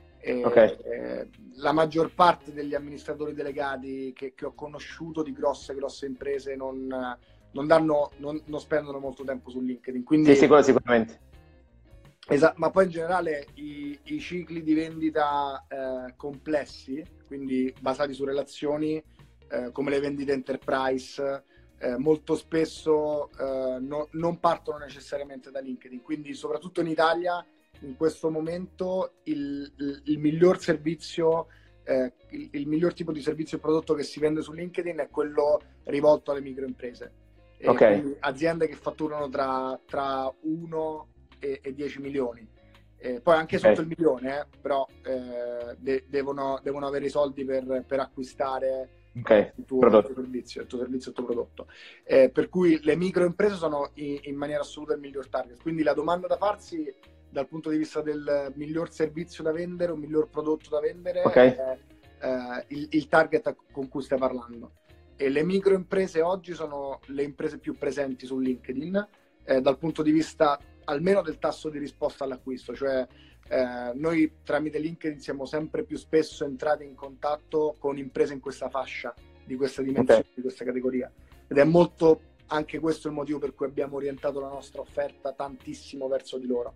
La maggior parte degli amministratori delegati che ho conosciuto di grosse imprese non spendono molto tempo su LinkedIn. Quindi, sì, quello sicuramente. Esatto, ma poi in generale i cicli di vendita complessi, quindi basati su relazioni, come le vendite enterprise, molto spesso non partono necessariamente da LinkedIn. Quindi soprattutto in Italia in questo momento il miglior servizio, il miglior tipo di servizio e prodotto che si vende su LinkedIn è quello rivolto alle microimprese. Quindi aziende che fatturano tra 1 e 10 milioni. Poi anche sotto il milione, però devono avere i soldi per acquistare il tuo servizio, il tuo prodotto. Per cui le microimprese sono in maniera assoluta il miglior target. Quindi la domanda da farsi dal punto di vista del miglior servizio da vendere o miglior prodotto da vendere è il target con cui stai parlando. E le microimprese oggi sono le imprese più presenti su LinkedIn dal punto di vista almeno del tasso di risposta all'acquisto, cioè noi tramite LinkedIn siamo sempre più spesso entrati in contatto con imprese in questa fascia, di questa dimensione, di questa categoria, ed è molto anche questo il motivo per cui abbiamo orientato la nostra offerta tantissimo verso di loro.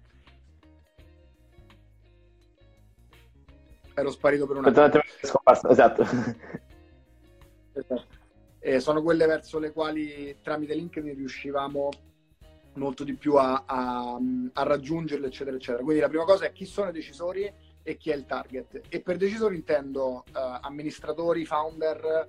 Ero sparito per una... Scomparso, esatto. Esatto. Sono quelle verso le quali tramite LinkedIn riuscivamo molto di più a raggiungerle, eccetera, eccetera. Quindi la prima cosa è chi sono i decisori e chi è il target. E per decisori intendo amministratori, founder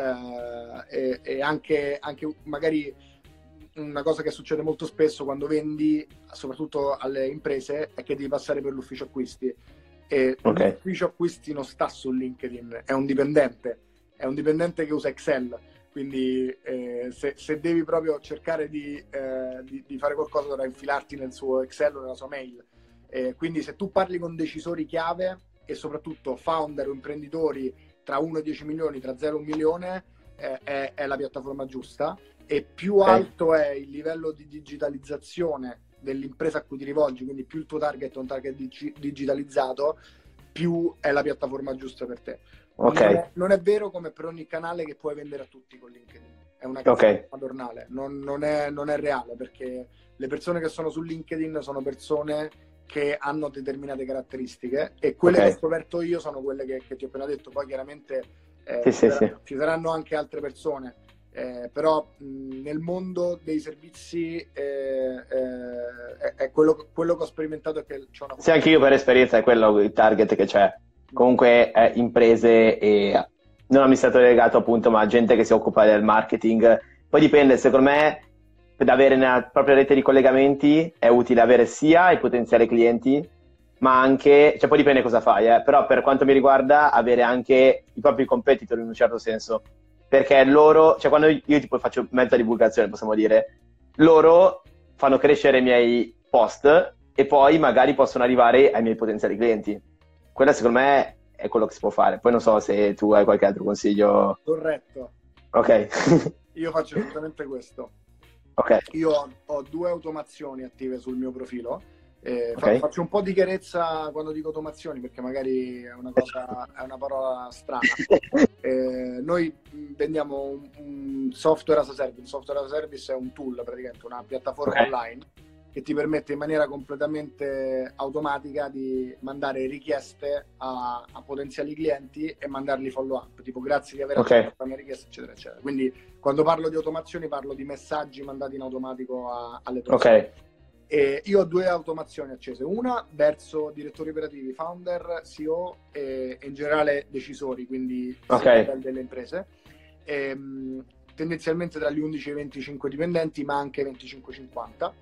e anche magari una cosa che succede molto spesso quando vendi, soprattutto alle imprese, è che devi passare per l'ufficio acquisti. E l'ufficio acquisti non sta su LinkedIn, è un dipendente che usa Excel. Quindi se devi proprio cercare di fare qualcosa dovrai infilarti nel suo Excel o nella sua mail. Quindi se tu parli con decisori chiave e soprattutto founder o imprenditori tra 1 e 10 milioni, tra 0 e 1 milione, è la piattaforma giusta. E più alto è il livello di digitalizzazione dell'impresa a cui ti rivolgi, quindi più il tuo target è un target digitalizzato, più è la piattaforma giusta per te. Non è vero come per ogni canale che puoi vendere a tutti con LinkedIn, è una cosa madornale, non è reale, perché le persone che sono su LinkedIn sono persone che hanno determinate caratteristiche e quelle che ho scoperto io sono quelle che ti ho appena detto. Poi chiaramente ci saranno anche altre persone, però nel mondo dei servizi è quello che ho sperimentato è che c'è una... Sì, anche io per esperienza è quello il target che c'è. Comunque imprese e non amministratore delegato appunto, ma gente che si occupa del marketing. Poi dipende, secondo me, per avere nella propria rete di collegamenti è utile avere sia i potenziali clienti, ma anche, cioè poi dipende cosa fai, però per quanto mi riguarda avere anche i propri competitor in un certo senso, perché loro, cioè quando io tipo faccio mezza divulgazione, possiamo dire, loro fanno crescere i miei post e poi magari possono arrivare ai miei potenziali clienti. Quella secondo me è quello che si può fare. Poi non so se tu hai qualche altro consiglio. Corretto. Ok. Io faccio esattamente questo. Ok. Io ho 2 automazioni attive sul mio profilo. Faccio un po' di chiarezza quando dico automazioni, perché magari è una parola strana. Noi vendiamo un software as a service. Un software as a service è un tool, praticamente una piattaforma online che ti permette in maniera completamente automatica di mandare richieste a potenziali clienti e mandarli follow up, tipo grazie di aver accettato la mia richiesta, eccetera, eccetera. Quindi quando parlo di automazioni parlo di messaggi mandati in automatico alle persone. E io ho 2 automazioni accese, una verso direttori operativi, founder, CEO e in generale decisori, quindi delle imprese, tendenzialmente tra gli 11 e i 25 dipendenti, ma anche 25-50.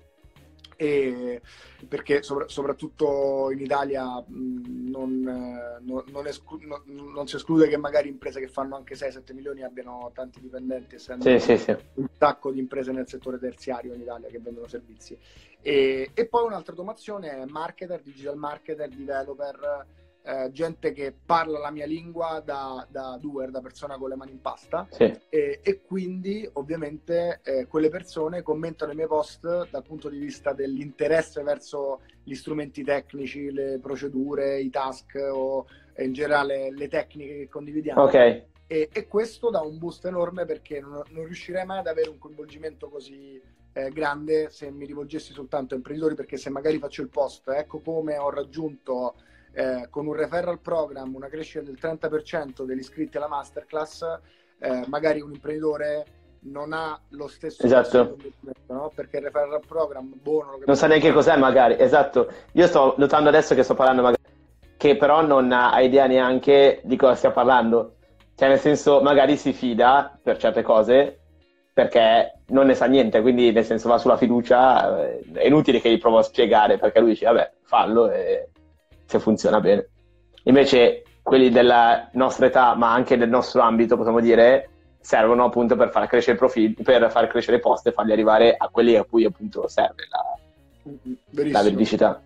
Perché soprattutto in Italia non si esclude che magari imprese che fanno anche 6-7 milioni abbiano tanti dipendenti, essendo un sacco di imprese nel settore terziario in Italia che vendono servizi. E poi un'altra automazione è marketer, digital marketer, developer, gente che parla la mia lingua da doer, da persona con le mani in pasta, e quindi ovviamente quelle persone commentano i miei post dal punto di vista dell'interesse verso gli strumenti tecnici, le procedure, i task o in generale le tecniche che condividiamo. E questo dà un boost enorme, perché non riuscirei mai ad avere un coinvolgimento così grande se mi rivolgessi soltanto a imprenditori, perché se magari faccio il post, ecco come ho raggiunto con un referral program una crescita del 30% degli iscritti alla masterclass, magari un imprenditore non ha lo stesso no? Perché il referral program non sa neanche cos'è magari, io sto notando adesso che sto parlando magari che però non ha idea neanche di cosa stia parlando, cioè nel senso magari si fida per certe cose perché non ne sa niente, quindi nel senso va sulla fiducia, è inutile che gli provo a spiegare, perché lui dice vabbè fallo e se funziona bene. Invece quelli della nostra età, ma anche del nostro ambito, possiamo dire, servono appunto per far crescere il profilo, per far crescere i post e farli arrivare a quelli a cui appunto serve la veridicità.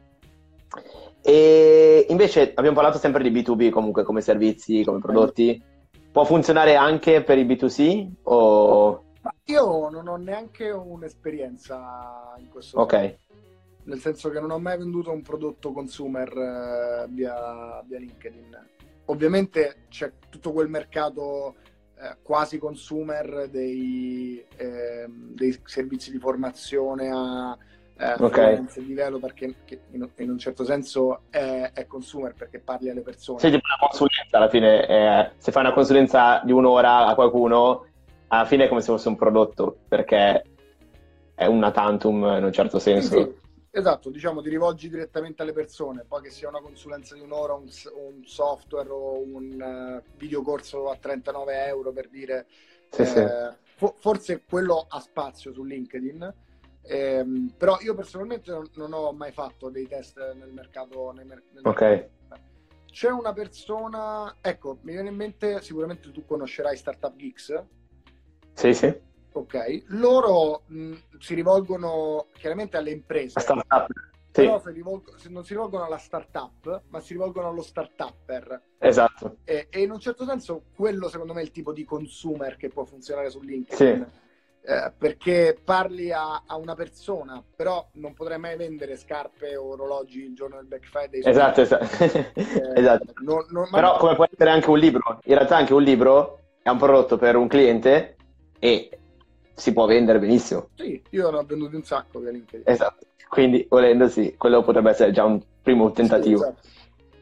E invece abbiamo parlato sempre di B2B, comunque come servizi, come prodotti. Può funzionare anche per il B2C o... Io non ho neanche un'esperienza in questo senso. Nel senso che non ho mai venduto un prodotto consumer via LinkedIn. Ovviamente c'è tutto quel mercato quasi consumer dei servizi di formazione freelance e developer che in un certo senso è consumer perché parli alle persone. Sì, tipo una consulenza alla fine, se fai una consulenza di un'ora a qualcuno, alla fine è come se fosse un prodotto, perché è una tantum in un certo senso. Sì, esatto, diciamo ti rivolgi direttamente alle persone, poi che sia una consulenza di un'ora, un software o un videocorso a 39 euro per dire, Sì. forse quello ha spazio su LinkedIn, però io personalmente non ho mai fatto dei test nel mercato. Ok. C'è una persona, ecco, mi viene in mente, sicuramente tu conoscerai Startup Geeks. Sì. Ok, loro si rivolgono chiaramente alle imprese, Startup. però non si rivolgono alla startup, ma si rivolgono allo startupper. Esatto. E in un certo senso quello secondo me è il tipo di consumer che può funzionare su LinkedIn. Sì. Perché parli a una persona, però non potrai mai vendere scarpe o orologi il giorno del Black Friday. Esatto. Esatto. Però come può essere anche un libro, in realtà anche un libro è un prodotto per un cliente e si può vendere benissimo. Sì, io ne ho venduti un sacco via LinkedIn. Esatto, quindi volendo sì, quello potrebbe essere già un primo tentativo. Sì, esatto.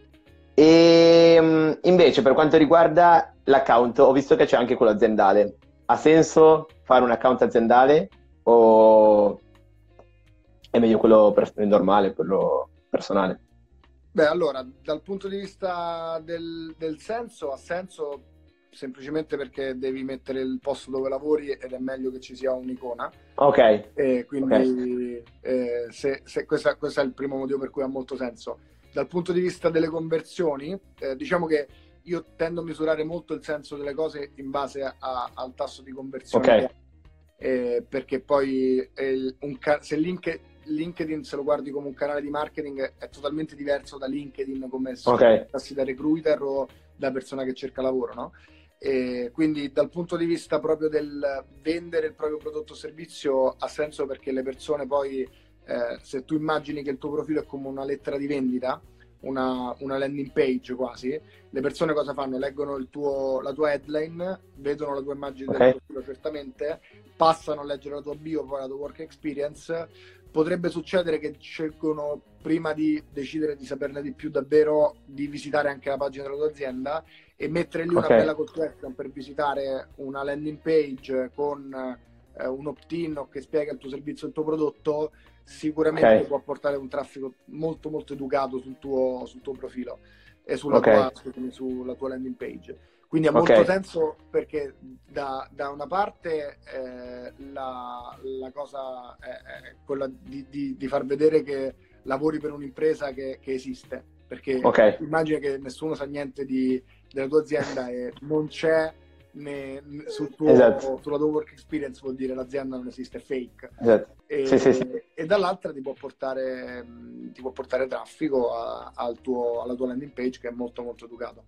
E invece per quanto riguarda l'account, ho visto che c'è anche quello aziendale. Ha senso fare un account aziendale o è meglio quello normale, quello personale? Beh, allora, dal punto di vista del senso, ha senso semplicemente perché devi mettere il posto dove lavori ed è meglio che ci sia un'icona. Ok. Quindi se questo è il primo motivo per cui ha molto senso. Dal punto di vista delle conversioni, diciamo che io tendo a misurare molto il senso delle cose in base al tasso di conversione. Ok. Perché poi se LinkedIn, se lo guardi come un canale di marketing, è totalmente diverso da LinkedIn come se passi da recruiter o da persona che cerca lavoro, no? E quindi dal punto di vista proprio del vendere il proprio prodotto o servizio ha senso, perché le persone poi, se tu immagini che il tuo profilo è come una lettera di vendita, una landing page quasi, le persone cosa fanno? Leggono la tua headline, vedono la tua immagine del profilo certamente, passano a leggere la tua bio, poi la tua work experience. Potrebbe succedere che scelgono, prima di decidere di saperne di più davvero, di visitare anche la pagina della tua azienda e mettere lì una bella call to action per visitare una landing page con un opt-in che spiega il tuo servizio e il tuo prodotto. Sicuramente può portare un traffico molto molto educato sul tuo profilo e sulla tua landing page. Quindi ha molto senso, perché da una parte la cosa è quella di far vedere che lavori per un'impresa che esiste, perché immagina che nessuno sa niente della tua azienda e non c'è sulla tua work experience, vuol dire l'azienda non esiste, è fake. Esatto. E dall'altra ti può portare traffico alla tua landing page, che è molto molto educato.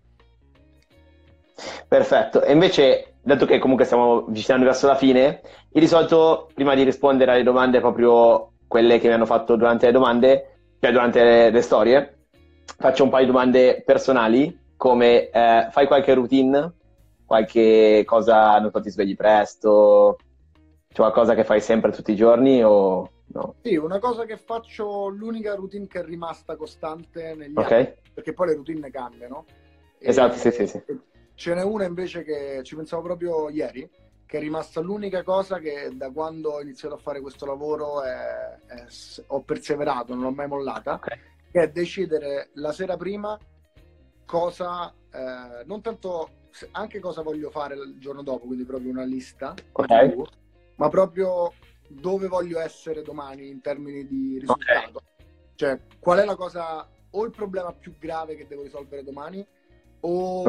Perfetto. E invece, dato che comunque stiamo avvicinando verso la fine, io di solito, prima di rispondere alle domande, proprio quelle che mi hanno fatto durante le domande, cioè durante le storie, faccio un paio di domande personali, come fai qualche routine, qualche cosa, non so, ti svegli presto, c'è qualcosa che fai sempre tutti i giorni o no? Sì, una cosa che faccio, l'unica routine che è rimasta costante negli anni, perché poi le routine cambiano. Esatto, sì. Ce n'è una invece che ci pensavo proprio ieri, che è rimasta l'unica cosa che da quando ho iniziato a fare questo lavoro ho perseverato, non l'ho mai mollata, che è decidere la sera prima cosa, non tanto anche cosa voglio fare il giorno dopo, quindi proprio una lista, ma proprio dove voglio essere domani in termini di risultato. Cioè, qual è la cosa, o il problema più grave che devo risolvere domani, o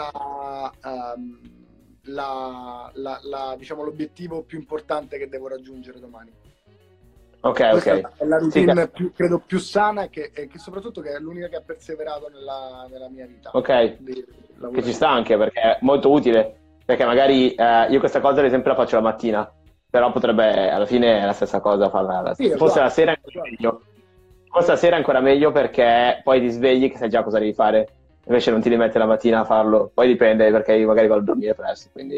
diciamo l'obiettivo più importante che devo raggiungere domani. Questa è la routine credo più sana e che soprattutto che è l'unica che ha perseverato nella mia vita. Che ci sta anche, perché è molto utile, perché magari io questa cosa ad esempio la faccio la mattina, però potrebbe alla fine è la stessa cosa farla forse la sera è ancora meglio. Forse la sera è ancora meglio, perché poi ti svegli che sai già cosa devi fare, invece non ti rimetti la mattina a farlo, poi dipende, perché io magari vado a dormire presto, quindi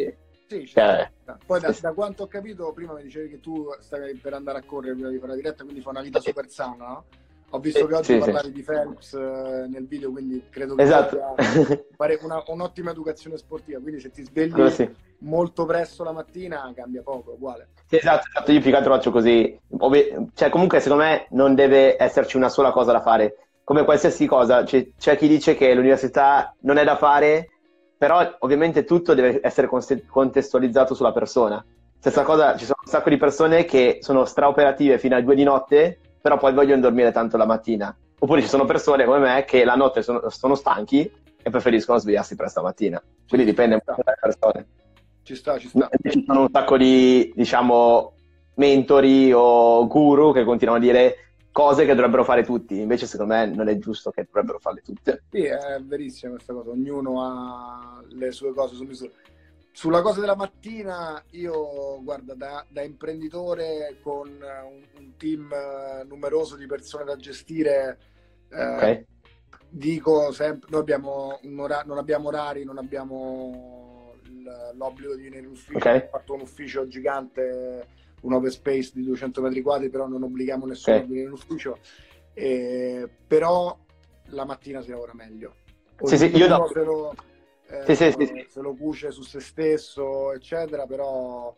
Sì, Cioè, poi da quanto ho capito, prima mi dicevi che tu stavi per andare a correre prima di fare la diretta, quindi fai una vita super sana, no? Ho visto che oggi sì, parlavi di Phelps nel video, quindi credo che tu esatto. abbia fare un'ottima educazione sportiva, quindi se ti svegli Così. molto presto la mattina cambia poco, uguale. Sì, esatto, io più che altro faccio così. Cioè, comunque, secondo me non deve esserci una sola cosa da fare. Come qualsiasi cosa, c'è chi dice che l'università non è da fare, però ovviamente tutto deve essere contestualizzato sulla persona. Stessa cosa, ci sono un sacco di persone che sono straoperative fino alle 2 di notte, però poi vogliono dormire tanto la mattina. Oppure ci sono persone come me che la notte sono stanchi e preferiscono svegliarsi presto la mattina. Quindi dipende molto dalle persone. Ci sta. Ci sono un sacco di, diciamo, mentori o guru che continuano a dire cose che dovrebbero fare tutti, invece secondo me non è giusto che dovrebbero farle tutte. Sì, è verissima questa cosa, ognuno ha le sue cose su misura. Sulla cosa della mattina, io, guarda, da imprenditore con un team numeroso di persone da gestire, Ok. dico sempre, noi abbiamo non abbiamo orari, non abbiamo l'obbligo di venire in ufficio, Ok. abbiamo fatto un ufficio gigante, un open space di 200 metri quadri, però non obblighiamo nessuno Ok. a venire in ufficio, però la mattina si lavora meglio. Sì, io Ognuno se lo cuce su se stesso, eccetera, però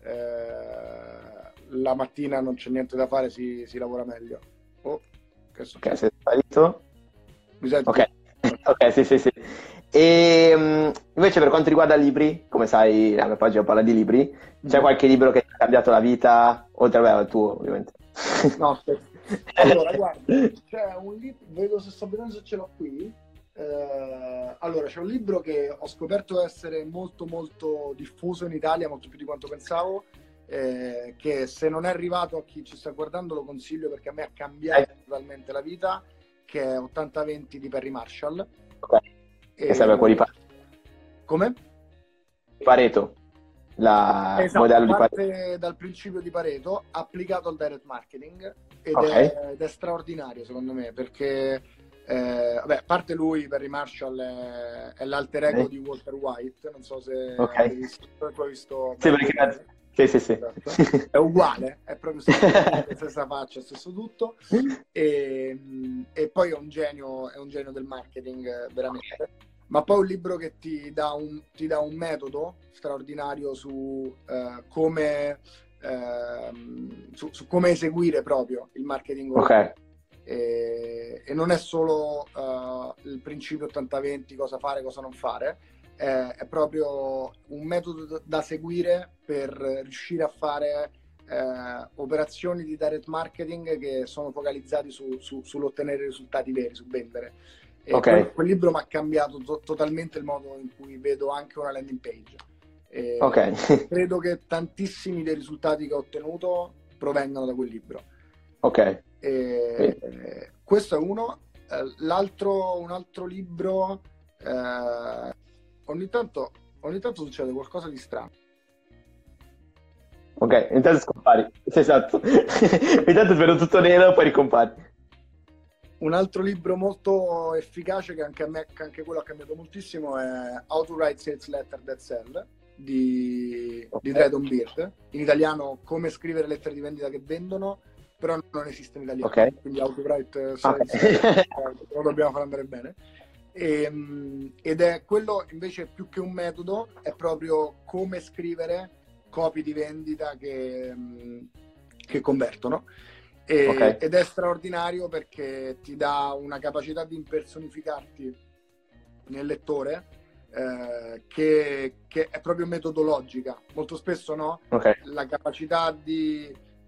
la mattina non c'è niente da fare, si lavora meglio. Che Ok, sei sparito? Mi senti? Ok, sì. E invece per quanto riguarda libri, come sai, la mia pagina parla di libri, c'è qualche libro che ti ha cambiato la vita, oltre al tuo, ovviamente? No, aspetta. Allora, guarda, c'è un libro, vedo se sto vedendo se ce l'ho qui. Allora, c'è un libro che ho scoperto essere molto molto diffuso in Italia, molto più di quanto pensavo, che se non è arrivato a chi ci sta guardando lo consiglio perché a me ha cambiato totalmente la vita, che è 80-20 di Perry Marshall. Ok. Che serve a quelli Come? Pareto, modello di Pareto. Parte dal principio di Pareto applicato al direct marketing ed è straordinario secondo me perché a parte lui, Perry Marshall è l'alter ego di Walter White, non so se tu hai visto sì, perché sì. Esatto. È uguale, è proprio la stessa faccia, stesso tutto e poi è un genio del marketing veramente. Ma poi un libro che ti dà un metodo straordinario su come eseguire proprio il marketing. Ok. E non è solo il principio 80-20, cosa fare, cosa non fare, è proprio un metodo da seguire per riuscire a fare operazioni di direct marketing che sono focalizzati sull'ottenere risultati veri, su vendere. E quel libro mi ha cambiato totalmente il modo in cui vedo anche una landing page. Credo che tantissimi dei risultati che ho ottenuto provengano da quel libro. Ok. Questo è uno. Un altro libro, ogni tanto succede qualcosa di strano. Ok, intanto scompari. Esatto. Intanto spero tutto nero e poi ricompari. Un altro libro molto efficace che anche quello ha cambiato moltissimo è How to Write Sales Letter That Sell di Dredon Beard. In italiano, come scrivere lettere di vendita che vendono, però non esiste in italiano. Quindi How to Write Sales lo dobbiamo far andare bene. Ed è quello invece più che un metodo, è proprio come scrivere copy di vendita che convertono. Ed è straordinario perché ti dà una capacità di impersonificarti nel lettore che è proprio metodologica. Molto spesso la capacità di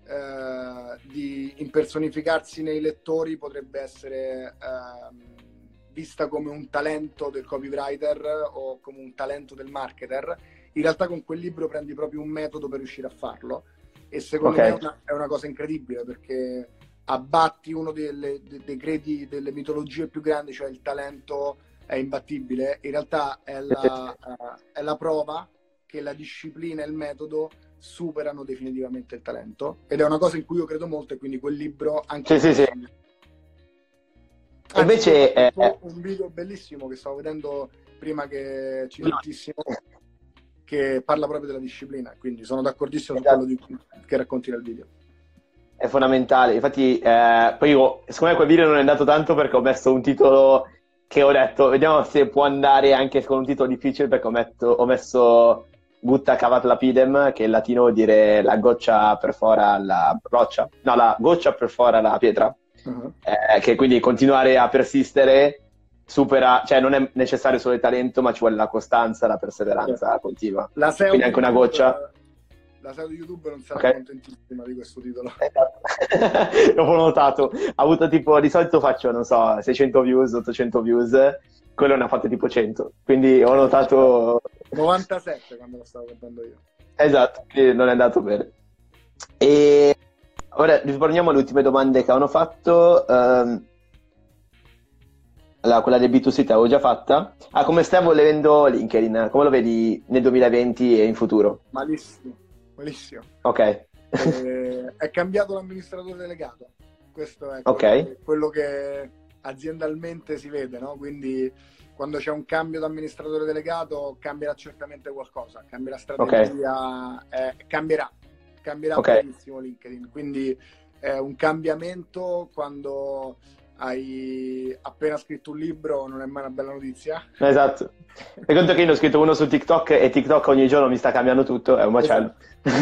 impersonificarsi nei lettori potrebbe essere vista come un talento del copywriter o come un talento del marketer. In realtà con quel libro prendi proprio un metodo per riuscire a farlo. E secondo me è una cosa incredibile perché abbatti uno dei credi, delle mitologie più grandi, cioè il talento è imbattibile. In realtà è la prova che la disciplina e il metodo superano definitivamente il talento. Ed è una cosa in cui io credo molto e quindi quel libro anche... Invece un video bellissimo che stavo vedendo prima che ci sentissimo, che parla proprio della disciplina, quindi sono d'accordissimo su quello che racconti nel video. È fondamentale, infatti poi io, secondo me quel video non è andato tanto perché ho messo un titolo che ho detto, vediamo se può andare anche con un titolo difficile, perché ho messo gutta cavat lapidem, che in latino vuol dire la goccia perfora la roccia, no, la goccia perfora la pietra, che quindi continuare a persistere supera, cioè non è necessario solo il talento, ma ci vuole la costanza, la perseveranza continua. Quindi anche una goccia. La SEO di YouTube non sarà contentissima di questo titolo. L'ho notato. Ha avuto tipo, di solito faccio, non so, 600 views, 800 views, quello ne ha fatto tipo 100. Quindi ho notato... 97 quando lo stavo guardando io. Esatto, quindi non è andato bene. E ora rispondiamo alle ultime domande che avevano fatto. Allora, quella del B2C te l'avevo già fatta. Come stai evolvendo LinkedIn? Come lo vedi nel 2020 e in futuro? Malissimo. Ok. È cambiato l'amministratore delegato. Questo è quello che aziendalmente si vede, no? Quindi quando c'è un cambio di amministratore delegato cambierà certamente qualcosa, cambierà strategia, cambierà benissimo LinkedIn. Quindi è un cambiamento quando hai appena scritto un libro, non è mai una bella notizia. Esatto. Fai conto che io ne ho scritto uno su TikTok e TikTok ogni giorno mi sta cambiando tutto, è un macello.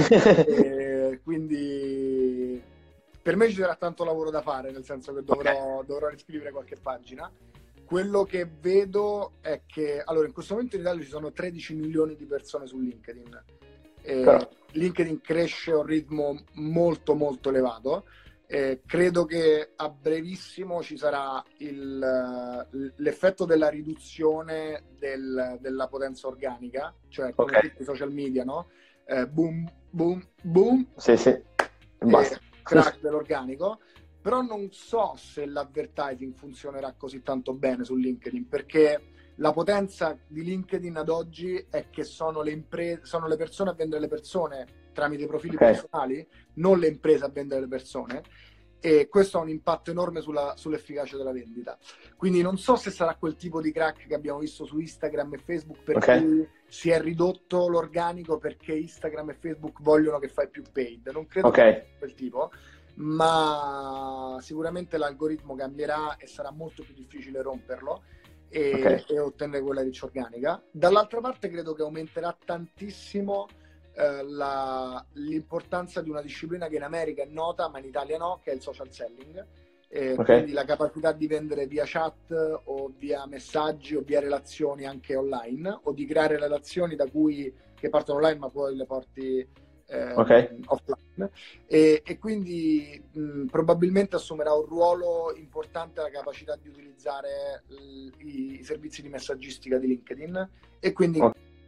Quindi per me ci sarà tanto lavoro da fare, nel senso che dovrò riscrivere qualche pagina. Quello che vedo è che, allora, in questo momento in Italia ci sono 13 milioni di persone su LinkedIn. LinkedIn cresce a un ritmo molto molto elevato. Credo che a brevissimo ci sarà l'effetto della riduzione della potenza organica, cioè come tutti i social media, no? Boom, boom, boom. Sì. Basta. Crack dell'organico. Però non so se l'advertising funzionerà così tanto bene su LinkedIn, perché la potenza di LinkedIn ad oggi è che sono le persone a vendere le persone tramite profili personali, non le imprese a vendere le persone, e questo ha un impatto enorme sull'efficacia della vendita. Quindi non so se sarà quel tipo di crack che abbiamo visto su Instagram e Facebook, per cui si è ridotto l'organico perché Instagram e Facebook vogliono che fai più paid. Non credo che sia quel tipo, ma sicuramente l'algoritmo cambierà e sarà molto più difficile romperlo e ottenere quella riccia organica. Dall'altra parte credo che aumenterà tantissimo l'importanza di una disciplina che in America è nota ma in Italia no, che è il social selling. Quindi la capacità di vendere via chat o via messaggi o via relazioni anche online, o di creare relazioni che partono online ma poi le porti offline, e quindi probabilmente assumerà un ruolo importante la capacità di utilizzare i servizi di messaggistica di LinkedIn. E quindi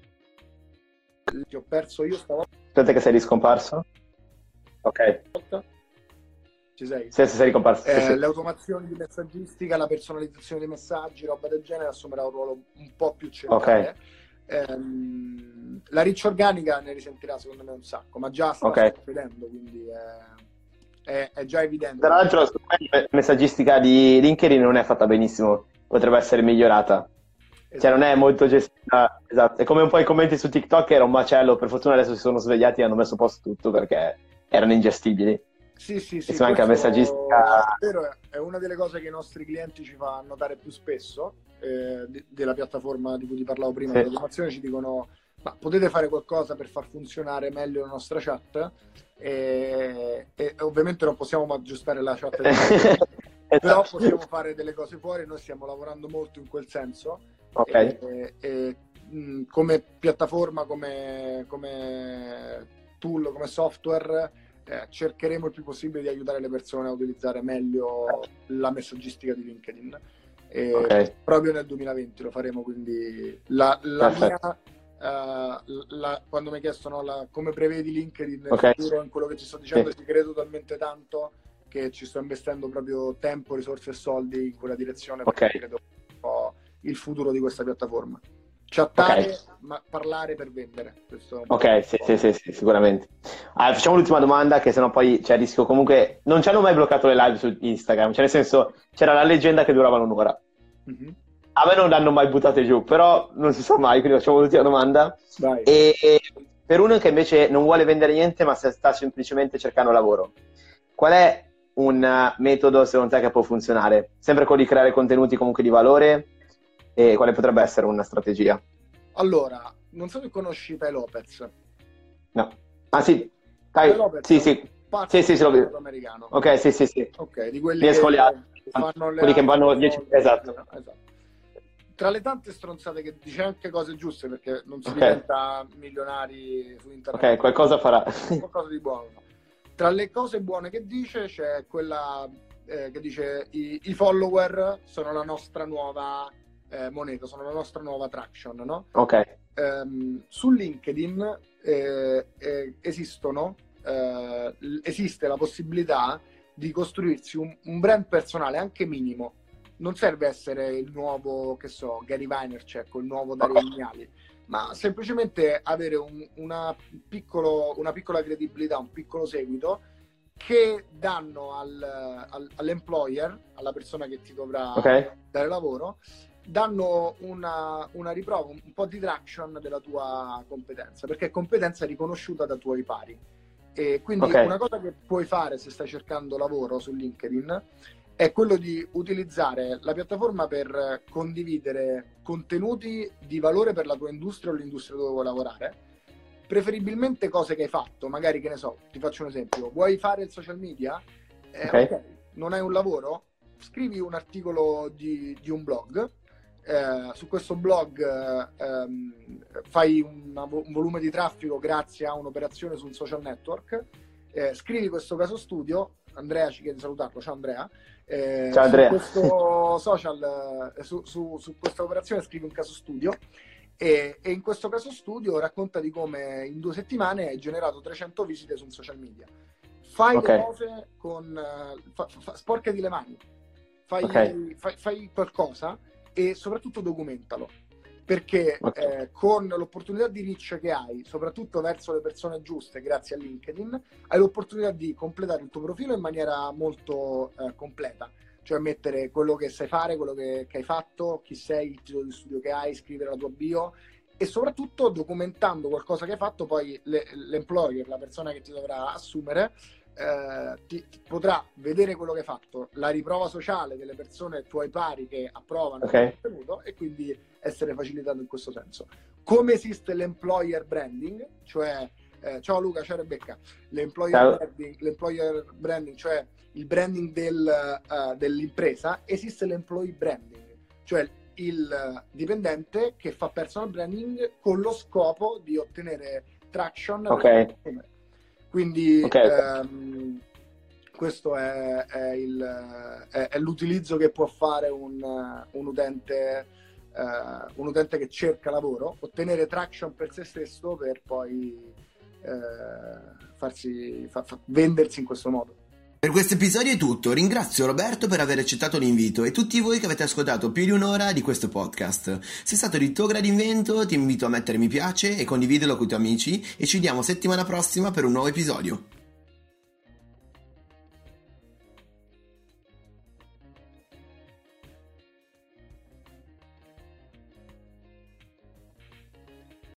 ti ho perso io stavolta. Aspetta che sei riscomparso. Ci sei? Sì, sei ricomparso. Sì. Le automazioni di messaggistica, la personalizzazione dei messaggi, roba del genere assumerà un ruolo un po' più centrale. La riccia organica ne risentirà secondo me un sacco, ma già sta succedendo, quindi è già evidente. Tra l'altro la messaggistica di LinkedIn non è fatta benissimo, potrebbe essere migliorata. Cioè non è molto gestita, esatto. È come un po' i commenti su TikTok, era un macello, per fortuna adesso si sono svegliati e hanno messo a posto tutto perché erano ingestibili. Sì. Anche la messaggistica è una delle cose che i nostri clienti ci fa notare più spesso, della piattaforma di cui ti parlavo prima, dell'automazione. Ci dicono: ma potete fare qualcosa per far funzionare meglio la nostra chat? E ovviamente non possiamo aggiustare la chat però possiamo fare delle cose fuori. Noi stiamo lavorando molto in quel senso. Come piattaforma, come tool, come software, cercheremo il più possibile di aiutare le persone a utilizzare meglio la messaggistica di LinkedIn, proprio nel 2020 lo faremo. Quindi quando mi hai chiesto come prevedi LinkedIn nel futuro, in quello che ti sto dicendo, ci credo talmente tanto che ci sto investendo proprio tempo, risorse e soldi in quella direzione, perché credo un po' il futuro di questa piattaforma. Chattare, ma parlare per vendere. Questo sì, sicuramente. Facciamo l'ultima domanda, che sennò poi c'è il rischio. Comunque non ci hanno mai bloccato le live su Instagram, cioè nel senso c'era la leggenda che duravano un'ora. A me non l'hanno mai buttate giù, però non si sa mai, quindi facciamo l'ultima domanda. Vai. E per uno che invece non vuole vendere niente, ma sta semplicemente cercando lavoro, qual è un metodo secondo te che può funzionare? Sempre quello di creare contenuti comunque di valore, e quale potrebbe essere una strategia? Allora, non so se conosci Tai Lopez. No. Ah sì, Tai Lopez sì, è sì. un pazzo Sì, lo vedo. americano. Ok, sì. Ok, di quelli Li che sfogliati. fanno le Quelli che vanno altre 10... volte. Esatto. Tra le tante stronzate che dice anche cose giuste, perché non si Ok. diventa milionari su internet. Ok, qualcosa farà. Qualcosa di buono. Tra le cose buone che dice c'è quella che dice i follower sono la nostra nuova moneta, sono la nostra nuova traction, no? Ok. Su LinkedIn esiste la possibilità di costruirsi un brand personale anche minimo. Non serve essere il nuovo, che so, Gary Vaynerchuk, il nuovo Dario Vignali, ma semplicemente avere una piccola credibilità, un piccolo seguito che danno all'employer, alla persona che ti dovrà dare lavoro, danno una riprova, un po' di traction della tua competenza, perché è competenza riconosciuta da tuoi pari. E quindi una cosa che puoi fare se stai cercando lavoro su LinkedIn è quello di utilizzare la piattaforma per condividere contenuti di valore per la tua industria o l'industria dove vuoi lavorare, preferibilmente cose che hai fatto, magari, che ne so, ti faccio un esempio, vuoi fare il social media? Ok, non hai un lavoro? Scrivi un articolo di un blog, su questo blog fai un volume di traffico grazie a un'operazione su un social network, scrivi questo caso studio. Andrea ci chiede di salutarlo. Ciao Andrea. Ciao Andrea. Su questo social, su questa operazione scrivi un caso studio e in questo caso studio racconta di come in 2 settimane hai generato 300 visite su un social media. Fai le cose con sporcati le mani, fai qualcosa e soprattutto documentalo, perché con l'opportunità di reach che hai, soprattutto verso le persone giuste grazie a LinkedIn, hai l'opportunità di completare il tuo profilo in maniera molto completa, cioè mettere quello che sai fare, quello che hai fatto, chi sei, il titolo di studio che hai, scrivere la tua bio e soprattutto documentando qualcosa che hai fatto, poi l'employer, la persona che ti dovrà assumere, ti potrà vedere quello che hai fatto, la riprova sociale delle persone tuoi pari che approvano il contenuto e quindi essere facilitato in questo senso. Come esiste l'employer branding, cioè ciao Luca, ciao Rebecca, l'employer branding, cioè il branding dell'impresa, esiste l'employee branding, cioè il dipendente che fa personal branding con lo scopo di ottenere traction. Quindi questo è l'utilizzo che può fare un utente che cerca lavoro, ottenere traction per se stesso per poi vendersi in questo modo. Per questo episodio è tutto, ringrazio Roberto per aver accettato l'invito e tutti voi che avete ascoltato più di un'ora di questo podcast. Se è stato di tuo gradimento ti invito a mettere mi piace e condividerlo con i tuoi amici e ci vediamo settimana prossima per un nuovo episodio.